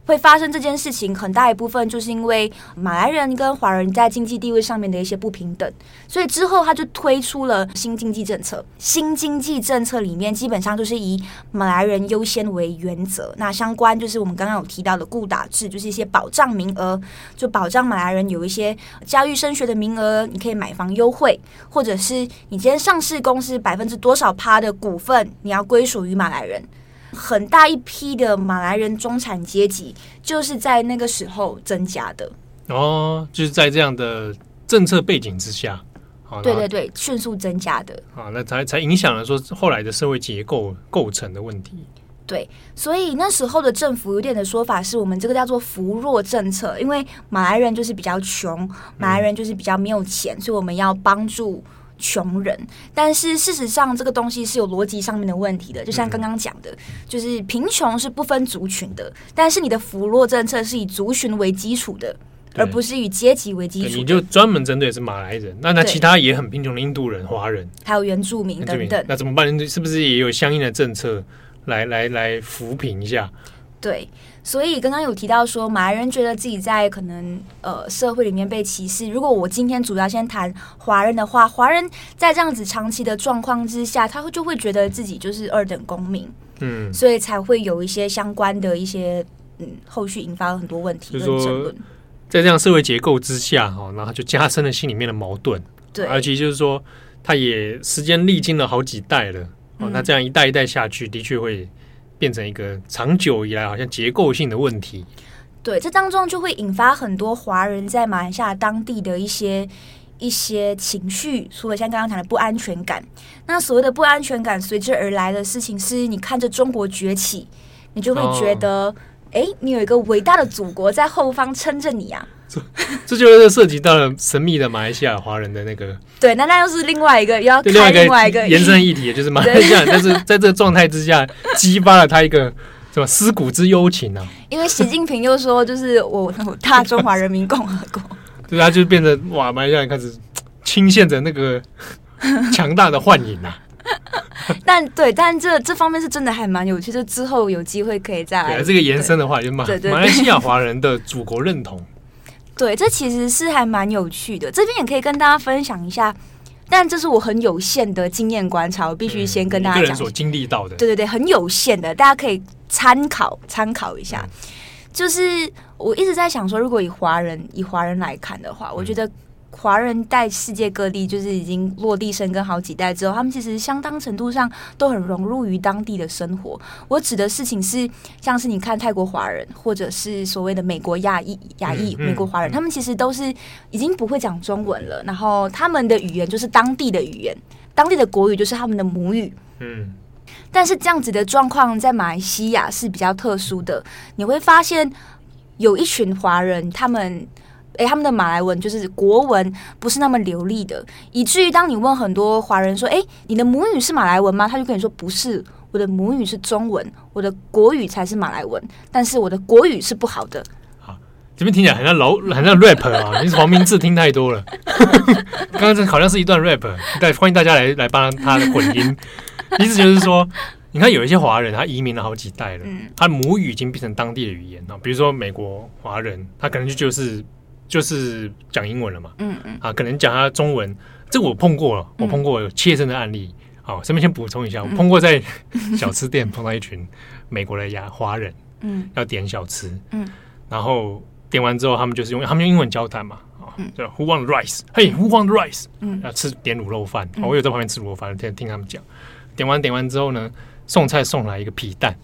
会发生这件事情，很大一部分就是因为马来人跟华人在经济地位上面的一些不平等，所以之后他就推出了新经济政策。新经济政策里面基本上就是以马来人优先为原则，那相关就是我们刚刚有提到的固打制，就是一些保障名额，就保障马来人有一些教育升学的名额，你可以买房优惠，或者是你今天上市公司多少%的股份你要归属于马来人。很大一批的马来人中产阶级就是在那个时候增加的就是在这样的政策背景之下， 对对对，迅速增加的那才影响了说后来的社会结构构成的问题。 对，所以那时候的政府有点的说法是我们这个叫做扶弱政策，因为马来人就是比较穷，马来人就是比较没有钱，所以我们要帮助穷人。但是事实上这个东西是有逻辑上面的问题的，就像刚刚讲的，就是贫穷是不分族群的，但是你的扶弱政策是以族群为基础的，而不是以阶级为基础的。 你就专门针对的是马来人，那其他也很贫穷的印度人、华人还有原住民等等， 那怎么办？是不是也有相应的政策来扶贫一下？ 对，所以刚刚有提到说马来人觉得自己在可能社会里面被歧视。如果我今天主要先谈华人的话，华人在这样子长期的状况之下，他就会觉得自己就是二等公民，所以才会有一些相关的一些后续引发了很多问题跟争论。 在这样社会结构之下，然后就加深了心里面的矛盾。 对， 而且就是说，他也时间历经了好几代了，那这样一代一代下去，的确会变成一个长久以来好像结构性的问题。 对，这当中就会引发很多华人在马来西亚当地的一些情绪，除了像刚刚讲的不安全感，那所谓的不安全感随之而来的事情是，你看着中国崛起，你就会觉得你有一个伟大的祖国在后方撑着你啊。 这就是涉及到了神秘的马来西亚华人的那个， 对，那又是另外一个要开另外一个延伸议题，就是马来西亚人但是在这个状态之下激发了他一个什么思古之幽情啊。 因为习近平又说就是我大中华人民共和国对，他就变成马来西亚人开始倾陷着那个强大的幻影啊。 但这方面是真的还蛮有趣，就之后有机会可以再来。 对，这个延伸的话，就是马来西亚华人的祖国认同。 对，这其实是还蛮有趣的，这边也可以跟大家分享一下，但这是我很有限的经验观察，我必须先跟大家讲， 个人所经历到的， 对对对，很有限的，大家可以参考一下。就是我一直在想说，如果以华人来看的话，我觉得华人在世界各地就是已经落地生根好几代之后，他们其实相当程度上都很融入于当地的生活。我指的事情是像是你看泰国华人，或者是所谓的美国亚裔美国华人，他们其实都是已经不会讲中文了，然后他们的语言就是当地的语言，当地的国语就是他们的母语。但是这样子的状况在马来西亚是比较特殊的，你会发现有一群华人，他们的马来文就是国文不是那么流利的，以至于当你问很多华人说你的母语是马来文吗？他就跟你说不是，我的母语是中文，我的国语才是马来文，但是我的国语是不好的。 好，这边听起来很像 rap 啊，你是黄明志听太多了。刚刚这好像是一段 rap， 欢迎大家来帮他的混音。意思就是说，你看有一些华人他移民了好几代了，他的母语已经变成当地的语言了。比如说美国华人，他可能就是讲英文了嘛，可能讲他中文，这个我碰过了，我碰过有切身的案例。好，这边先补充一下，我碰过在小吃店碰到一群美国的华人，要点小吃，然后点完之后，他们用英文交谈嘛，就 Who want rice？ Hey, who want rice？ 要点卤肉饭，我有在旁边吃卤肉饭，听他们讲。点完之后呢，送菜送来一个皮蛋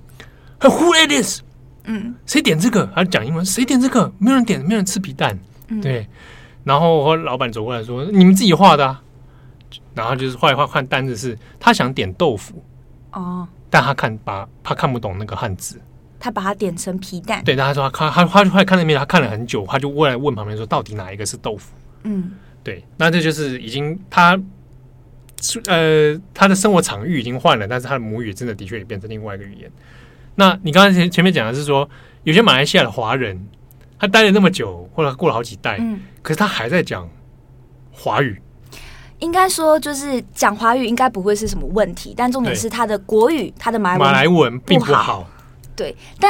，Who ate this？谁点这个？他讲英文，谁点这个？没有人点，没有人吃皮蛋。对，然后老板走过来说：“你们自己画的啊。”然后就是画一画，看单子是他想点豆腐但他看不懂那个汉字， 他把它点成皮蛋。 对，但他说他看那边，他看了很久，他就问旁边说：“到底哪一个是豆腐？”对，那这就是已经他的生活场域已经换了，但是他的母语真的确也变成另外一个语言。那你刚才前面讲的是说，有些马来西亚的华人，他待了那么久，或者过了好几代，可是他还在讲华语。 应该说，就是讲华语应该不会是什么问题，但重点是他的国语，他的马来文并不好。 对，但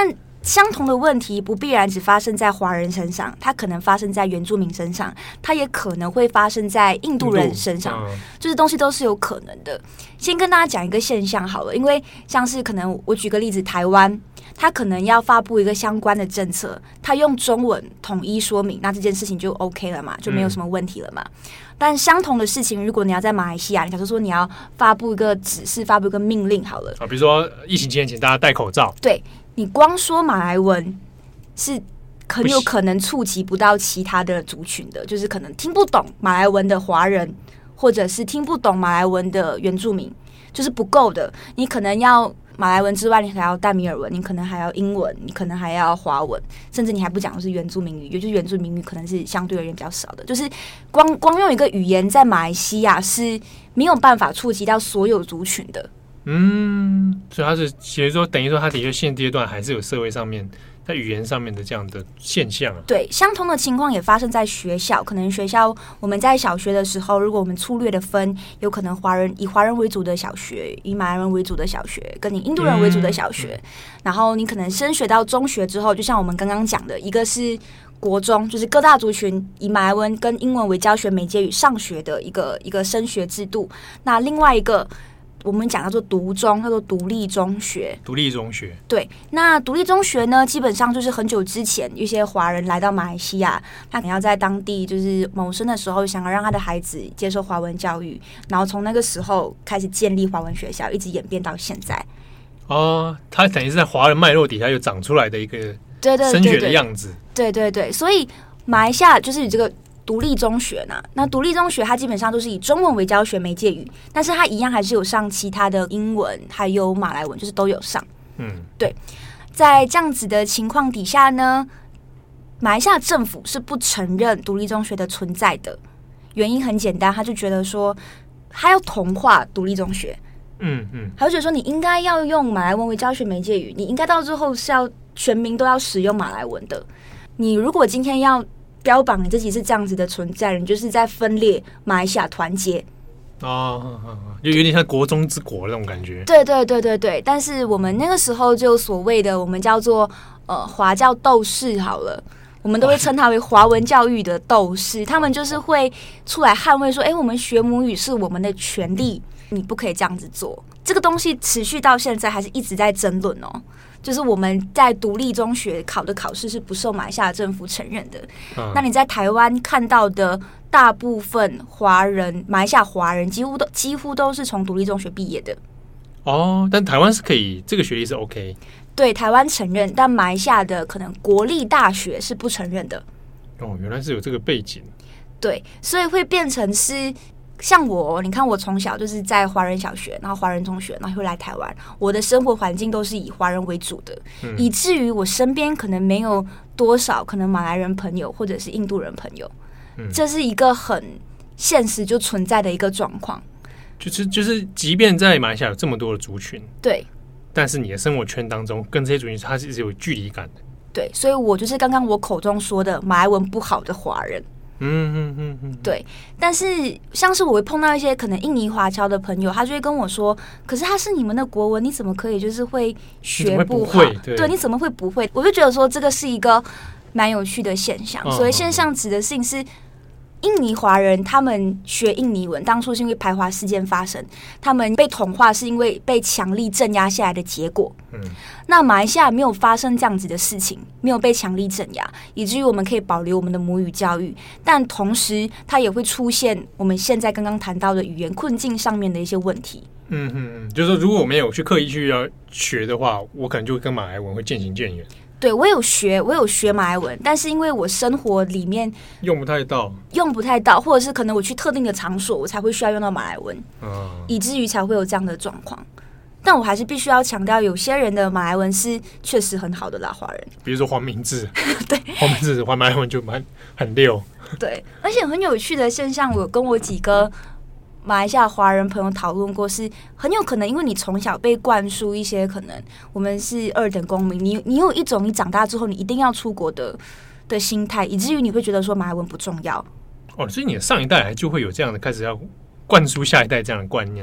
相同的问题不必然只发生在华人身上，它可能发生在原住民身上，它也可能会发生在印度人身上，就是东西都是有可能的。先跟大家讲一个现象好了，因为像是可能我举个例子，台湾它可能要发布一个相关的政策，它用中文统一说明，那这件事情就 OK 了嘛，就没有什么问题了嘛。但相同的事情，如果你要在马来西亚，假如说你要发布一个指示，发布一个命令好了， 比如说疫情期间请大家戴口罩， 对，你光说马来文是很有可能触及不到其他的族群的，就是可能听不懂马来文的华人，或者是听不懂马来文的原住民，就是不够的。你可能要马来文之外，你还要淡米尔文，你可能还要英文，你可能还要华文，甚至你还不讲的是原住民语，也就是原住民语可能是相对而言比较少的。就是光用一个语言在马来西亚是没有办法触及到所有族群的。 所以它是其实说等于说它的确现阶段还是有社会上面在语言上面的这样的现象啊。 对，相同的情况也发生在学校，可能学校我们在小学的时候，如果我们粗略的分，有可能以华人为主的小学，以马来人为主的小学，跟你印度人为主的小学，然后你可能升学到中学之后，就像我们刚刚讲的，一个是国中，就是各大族群以马来文跟英文为教学媒介语上学的一个升学制度，那另外一个我们讲叫做独中，叫做独立中学。 独立中学， 对。那独立中学呢，基本上就是很久之前一些华人来到马来西亚，他可能要在当地就是谋生的时候，想要让他的孩子接受华文教育，然后从那个时候开始建立华文学校，一直演变到现在。 他等于是在华人脉络底下又长出来的一个升学的样子。 对对对，所以马来西亚就是这个独立中学呢，那独立中学它基本上都是以中文为教学媒介语，但是它一样还是有上其他的英文，还有马来文，就是都有上。对，在这样子的情况底下呢，马来西亚政府是不承认独立中学的存在的。原因很简单，他就觉得说他要同化独立中学。他就觉得说你应该要用马来文为教学媒介语，你应该到最后是要全民都要使用马来文的。你如果今天要标榜你自己是这样子的存在，你就是在分裂马来西亚团结。 就有点像国中之国那种感觉。 对对对对对，但是我们那个时候就所谓的我们叫做华教斗士好了，我们都会称它为华文教育的斗士，他们就是会出来捍卫说，我们学母语是我们的权利，你不可以这样子做。这个东西持续到现在还是一直在争论哦。就是我们在独立中学考的考试是不受马来西亚政府承认的。那你在台湾看到的大部分华人，马来西亚华人几乎都是从独立中学毕业的。 但台湾是可以，这个学历是 OK。 对，台湾承认，但马来西亚的可能国立大学是不承认的。 原来是有这个背景。 对，所以会变成是。像我，你看我从小就是在华人小学，然后华人中学，然后会来台湾，我的生活环境都是以华人为主的，以至于我身边可能没有多少可能马来人朋友或者是印度人朋友，这是一个很现实就存在的一个状况。 就是即便在马来西亚有这么多的族群，对，但是你的生活圈当中跟这些族群它是有距离感的。对， 所以我就是刚刚我口中说的马来文不好的华人。对，但是像是我会碰到一些可能印尼华侨的朋友，他就会跟我说，可是他是你们的国文，你怎么可以就是会学不好？对，你怎么会不会？我就觉得说这个是一个蛮有趣的现象。所谓现象指的事情是印尼华人他们学印尼文，当初是因为排华事件发生，他们被同化是因为被强力镇压下来的结果。那马来西亚没有发生这样子的事情，没有被强力镇压，以至于我们可以保留我们的母语教育，但同时它也会出现我们现在刚刚谈到的语言困境上面的一些问题。 就是说如果我没有去刻意去要学的话，我可能就跟马来文会渐行渐远。 对，我有学马来文，但是因为我生活里面用不太到，或者是可能我去特定的场所我才会需要用到马来文，以至于才会有这样的状况。但我还是必须要强调，有些人的马来文是确实很好的啦，华人， 比如说黄明志， 对， 黄明志马来文就很溜。 对，而且很有趣的现象，我跟我几个马来西亚华人朋友讨论过，是很有可能因为你从小被灌输一些可能我们是二等公民，你有一种你长大之后你一定要出国的心态，以至于你会觉得说马来文不重要。 所以你的上一代就会有这样的开始要灌输下一代这样的观念。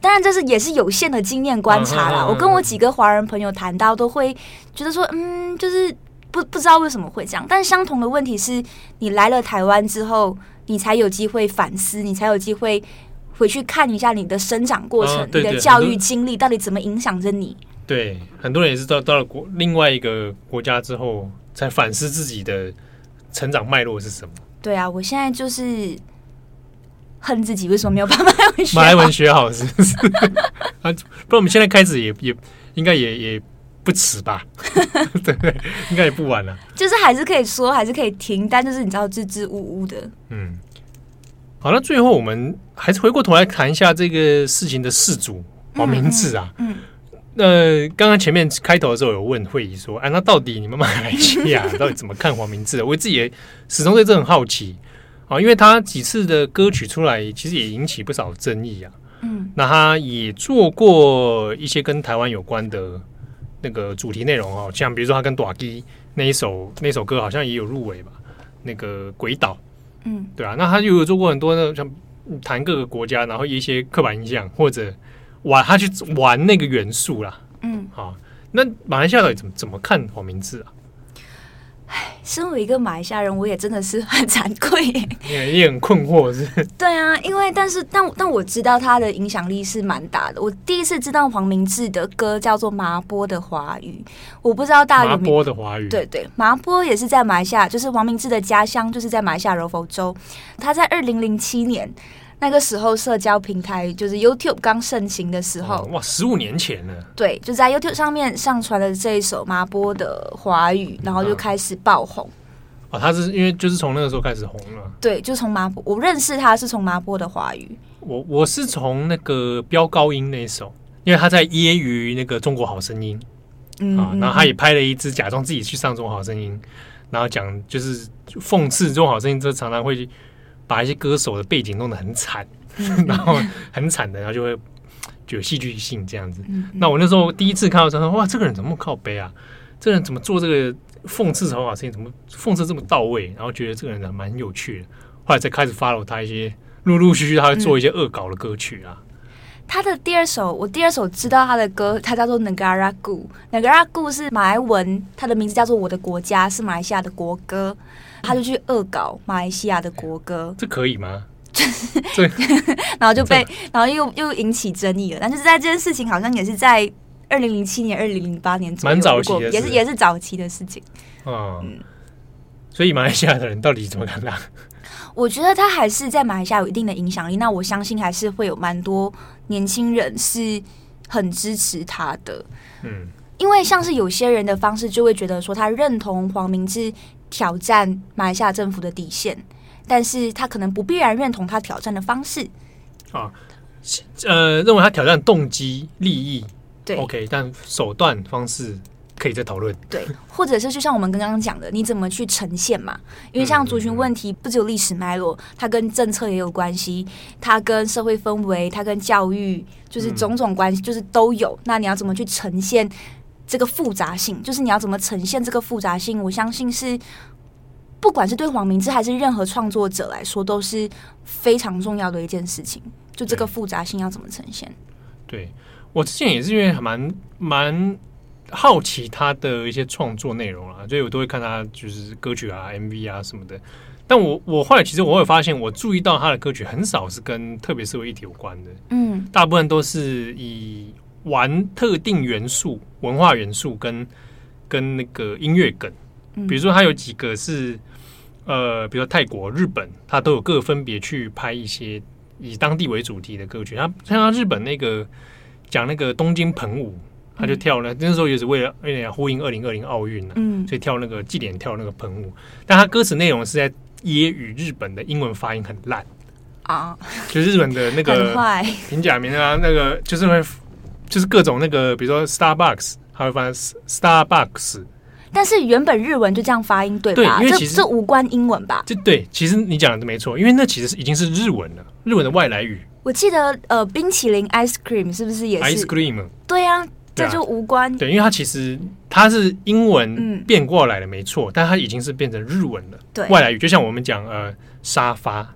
当然这是也是有限的经验观察啦。我跟我几个华人朋友谈到，都会觉得说，就是不知道为什么会这样。但相同的问题是，你来了台湾之后，你才有机会反思，你才有机会回去看一下你的生长过程， 对对， 你的教育经历到底怎么影响着你。 对，很多人也是到了另外一个国家之后，才反思自己的成长脉络是什么。 对啊，我现在就是恨自己为什么没有把马来文学好。 马来文学好是不是？不然我们现在开始也应该也不迟吧？对不对？应该也不晚了。 就是还是可以说，还是可以听，但就是你知道支支吾吾的。 好，那最后我们还是回过头来谈一下这个事情的事主黄明志啊。刚刚前面开头的时候有问慧仪说，那到底你们马来西亚到底怎么看黄明志的？我自己也始终对这很好奇啊，因为他几次的歌曲出来，其实也引起不少争议啊。那他也做过一些跟台湾有关的那个主题内容哦，像比如说他跟大基那一首歌好像也有入围吧，那个鬼岛，对啊，那他就有做过很多的像谈各个国家，然后一些刻板印象或者他去玩那个元素啦，那马来西亚到底怎么看黄明志啊？ 身为一个马来西亚人，我也真的是很惭愧耶， 也很困惑是。 对啊，因为但我知道他的影响力是蛮大的。我第一次知道黄明志的歌叫做麻波的华语，我不知道大家有没有。 麻波的华语， 对对，麻波也是在马来西亚，就是黄明志的家乡，就是在马来西亚柔佛州。他在2007年。那个时候社交平台就是 YouTube 刚盛行的时候， 哇，15年前了。 对，就在 YouTube 上面上传了这一首麻波的华语，然后就开始爆红。 他是因为就是从那个时候开始红了。 对，就从麻波，我认识他是从麻波的华语。 我是从那个飙高音那一首，因为他在揶揄那个中国好声音，然后他也拍了一支假装自己去上中国好声音，然后讲就是讽刺中国好声音，这常常会把一些歌手的背景弄得很惨，然后很惨的，然后就会有戏剧性这样子。那我那时候第一次看到说，哇，这个人怎么那么靠背啊？这个人怎么做这个讽刺中国好声音，怎么讽刺这么到位？然后觉得这个人还蛮有趣的。后来才开始 follow 他一些陆续他会做一些恶搞的歌曲啊。 他的我第二首知道他的歌，他叫做 Negara Gu。Negara Gu 是马来文，他的名字叫做我的国家，是马来西亚的国歌。他就去恶搞马来西亚的国歌， 这可以吗？ 然后就被，然后又引起争议了。但是在这件事情好像也是在2007年、2008年左右， 蛮早期的事， 也是早期的事情。 所以马来西亚的人到底怎么看他？ 我觉得他还是在马来西亚有一定的影响力。那我相信还是会有蛮多年轻人是很支持他的。因为像是有些人的方式就会觉得说他认同黄明志挑战马来西亚政府的底线，但是他可能不必然认同他挑战的方式认为他挑战动机利益， 对 OK， 但手段方式可以再讨论， 对，或者是就像我们刚刚讲的，你怎么去呈现嘛？因为像族群问题不只有历史脉络，它跟政策也有关系，它跟社会氛围，它跟教育，就是种种关系，就是都有。那你要怎么去呈现这个复杂性？就是你要怎么呈现这个复杂性？我相信是不管是对黄明志还是任何创作者来说，都是非常重要的一件事情。就这个复杂性要怎么呈现？ 对，我之前也是因为蛮好奇他的一些创作内容啦，所以我都会看他就是歌曲啊、MV 啊什么的。但我后来其实我会发现，我注意到他的歌曲很少是跟特别社会议题有关的，大部分都是以玩特定元素、文化元素跟那个音乐梗，比如说他有几个是比如说泰国、日本，他都有各分别去拍一些以当地为主题的歌曲。像他日本那个讲那个东京盆舞，他就跳那时候也是为了呼应2020奥运所以跳那个祭典跳那个盆舞，但他歌词内容是在揶揄日本的英文发音很烂啊，就是日本的那个平假名啊，那个就是各种那个，比如说 Starbucks， 他会翻 Starbucks。但是原本日文就这样发音，对吧？ 对，因为其实这无关英文吧？ 对，其实你讲的没错，因为那其实已经是日文了，日文的外来语。 我记得冰淇淋 ice cream 是不是也是 ice cream？ 对啊，这就无关。 对，因为它其实它是英文变过来的，没错，但它已经是变成日文了。对，外来语就像我们讲沙发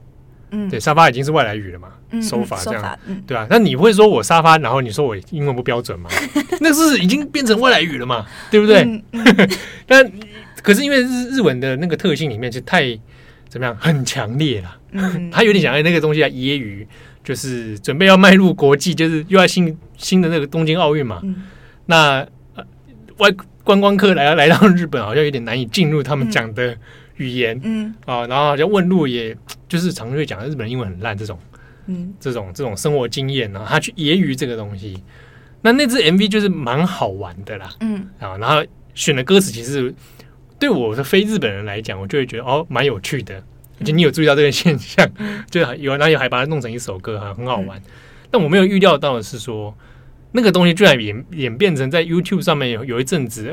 对，沙发已经是外来语了嘛，收法这样，对吧？那你会说我沙发，然后你说我英文不标准吗？那是已经变成外来语了嘛，对不对？但可是因为日文的那个特性里面就太怎么样，很强烈了，他有点想要那个东西来揶揄，就是准备要迈入国际，就是又要新的那个东京奥运嘛，那观光客来到日本，好像有点难以进入他们讲的语言，然后好像问路也就是常会讲日本人英文很烂这种生活经验，然后他去揶揄这个东西。那支 MV 就是蛮好玩的啦，然后选的歌词其实对我的非日本人来讲，我就会觉得蛮有趣的，而且你有注意到这个现象，就然后还把它弄成一首歌，很好玩。但我没有预料到的是说，那个东西居然演变成在 YouTube 上面有一阵子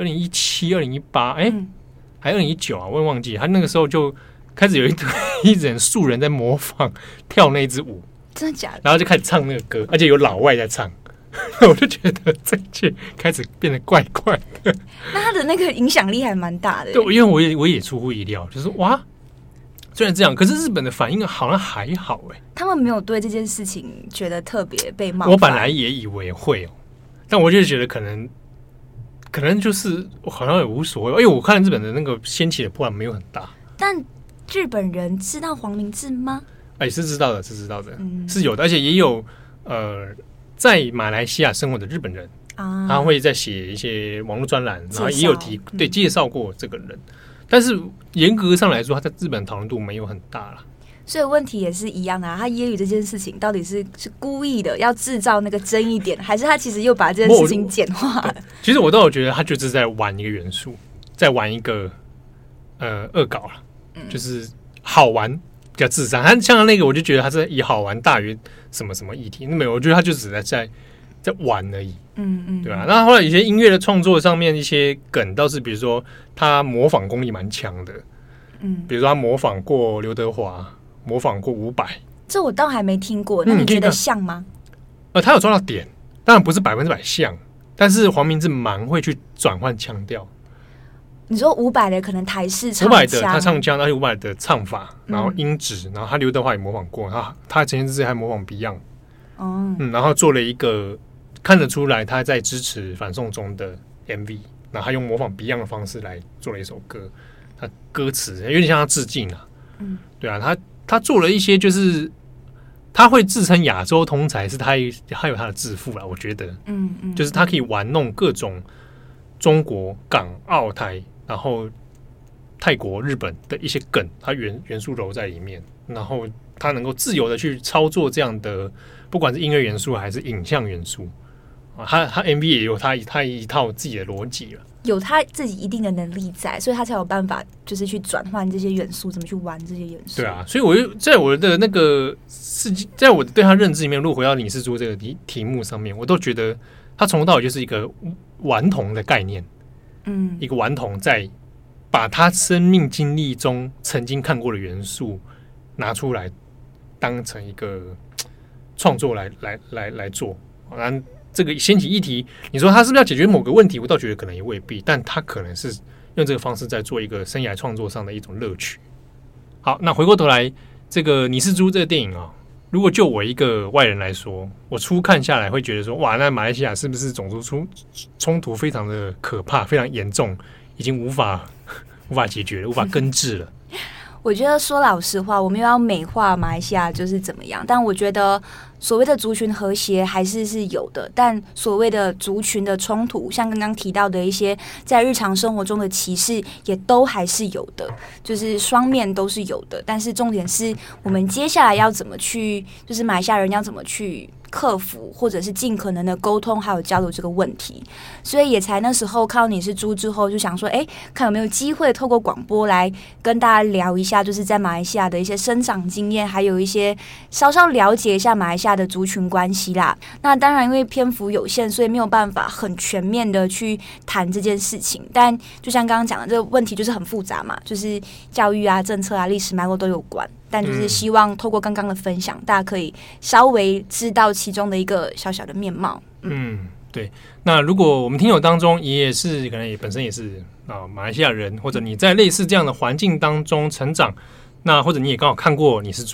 ，2017、2018，还2019啊，我也忘记。他那个时候就开始有一整素人在模仿跳那支舞， 真的假的？ 然后就开始唱那个歌，而且有老外在唱，我就觉得这一切开始变得怪怪的。 那他的那个影响力还蛮大的， 对，因为我也出乎意料，就是哇，虽然这样，可是日本的反应好像还好他们没有对这件事情觉得特别被冒犯。 我本来也以为会但我就觉得可能就是好像也无所谓，因为我看日本的那个掀起的波澜没有很大。 但日本人知道黄明志吗？ 是知道的，是有的，而且也有在马来西亚生活的日本人他会在写一些网络专栏，然后也有介绍过这个人，但是严格上来说，他在日本讨论度没有很大啦。 所以问题也是一样的他揶揄这件事情到底是故意的要制造那个争议点，还是他其实又把这件事情简化了？其实我倒觉得他就是在玩一个元素，在玩一个恶搞了，就是好玩比较智商。他像那个我就觉得他是以好玩大于什么什么议题，那没有，我觉得他就只是在玩而已，对吧？那后来有些音乐的创作上面一些梗倒是，比如说他模仿功力蛮强的，比如说他模仿过刘德华，模仿过伍佰， 这我倒还没听过。那你觉得像吗？ 他有抓到点，当然不是100%像，但是黄明志蛮会去转换腔调。 你说伍佰的可能台式唱腔， 伍佰的他唱腔，而且伍佰的唱法，然后音质，然后他刘德华也模仿过，他前些之前还模仿 Beyond，然后做了一个看得出来他在支持反送中的 MV， 然后他用模仿 Beyond 的方式来做了一首歌，他歌词有点像他致敬啊，对啊，他做了一些就是他会自称亚洲通才，是他有他的自负啦，我觉得，就是他可以玩弄各种中国、港、澳、台，然后泰国、日本的一些梗，他元素揉在里面，然后他能够自由的去操作这样的，不管是音乐元素还是影像元素，他 MV 也有他一套自己的逻辑了。 有他自己一定的能力在，所以他才有办法就是去转换这些元素，怎么去玩这些元素。 对啊，所以我就在我的那个在我对他认知里面，如果回到你是做这个题目上面，我都觉得他从头到尾就是一个顽童的概念，一个顽童在把他生命经历中曾经看过的元素拿出来，当成一个创作来做，然后这个掀起议题，你说他是不是要解决某个问题？我倒觉得可能也未必，但他可能是用这个方式在做一个生涯创作上的一种乐趣。好，那回过头来，这个你是猪这个电影如果就我一个外人来说，我初看下来会觉得说，哇，那马来西亚是不是种族冲突非常的可怕，非常严重，已经无法解决了，无法根治了。 我觉得说老实话，我们又要美化马来西亚就是怎么样，但我觉得所谓的族群和谐还是有的，但所谓的族群的冲突，像刚刚提到的一些在日常生活中的歧视，也都还是有的，就是双面都是有的。但是重点是我们接下来要怎么去，就是马来西亚人要怎么去克服，或者是尽可能的沟通还有交流这个问题。所以也才那时候看到你是猪之后，就想说看有没有机会透过广播来跟大家聊一下，就是在马来西亚的一些生长经验，还有一些稍稍了解一下马来西亚的族群关系啦。那当然因为篇幅有限，所以没有办法很全面的去谈这件事情，但就像刚刚讲的，这个问题就是很复杂嘛，就是教育啊、政策啊、历史脉络都有关，但就是希望透过刚刚的分享，大家可以稍微知道其中的一个小小的面貌。 对。那如果我们听友当中也是可能也本身也是马来西亚人，或者你在类似这样的环境当中成长，那或者你也刚好看过你是猪，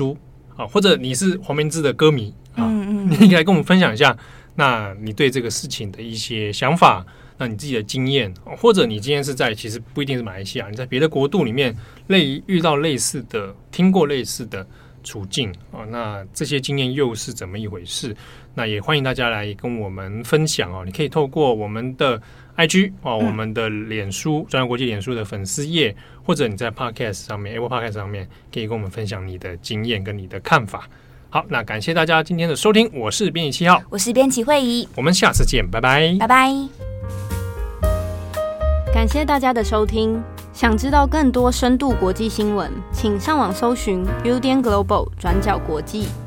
或者你是黄明志的歌迷你可以来跟我们分享一下，那你对这个事情的一些想法，那你自己的经验，或者你今天是在其实不一定是马来西亚，你在别的国度里面遇到类似的、听过类似的处境那这些经验又是怎么一回事？那也欢迎大家来跟我们分享你可以透过我们的 IG 我们的脸书转角国际脸书的粉丝页，或者你在 Podcast 上面 Apple Podcast 上面可以跟我们分享你的经验跟你的看法。好，那感谢大家今天的收听，我是编辑7号， 我是编辑慧仪， 我们下次见，拜拜， 拜拜。 感谢大家的收听。想知道更多深度国际新闻，请上网搜寻 UDN Global 转角国际。